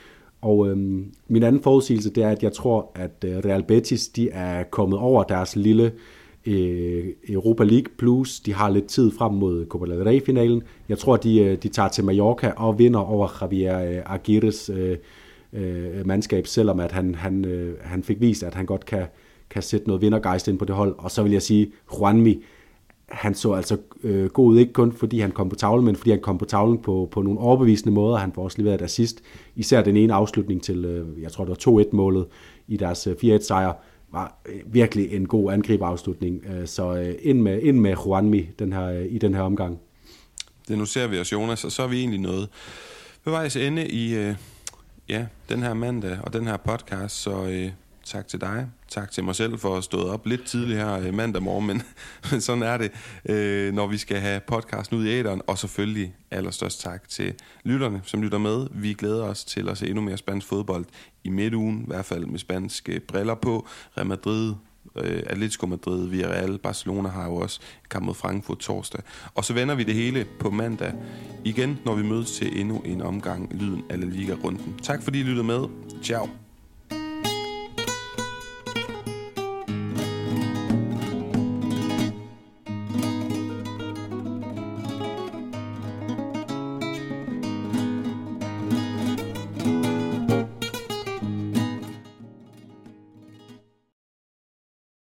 Og min anden forudsigelse, det er, at jeg tror, at Real Betis, de er kommet over deres lille Europa League plus. De har lidt tid frem mod Copa del Rey-finalen. Jeg tror, de tager til Mallorca og vinder over Javier Aguirres mandskab, selvom at han fik vist, at han godt kan sætte noget vindergejst ind på det hold. Og så vil jeg sige, Juanmi, han så altså god ud, ikke kun fordi han kom på tavlen, men fordi han kom på tavlen på nogle overbevisende måder. Han får også leveret et assist. Især den ene afslutning til, jeg tror det var 2-1-målet i deres 4-1-sejr, var virkelig en god angriberafslutning. Så ind med Juanmi i den her omgang. Det noterer vi os, Jonas, og så er vi egentlig nået ved vejs ende i den her mandag og den her podcast, så tak til dig. Tak til mig selv for at stå op lidt tidligt her mandag morgen, men sådan er det, når vi skal have podcasten ud i æteren. Og selvfølgelig allerstørst tak til lytterne, som lytter med. Vi glæder os til at se endnu mere spansk fodbold i midtugen, i hvert fald med spanske briller på. Real Madrid, Atletico Madrid, Villarreal, Barcelona har jo også kamp mod Frankfurt torsdag. Og så vender vi det hele på mandag igen, når vi mødes til endnu en omgang Lyden af La Liga-runden. Tak fordi I lyttede med. Ciao.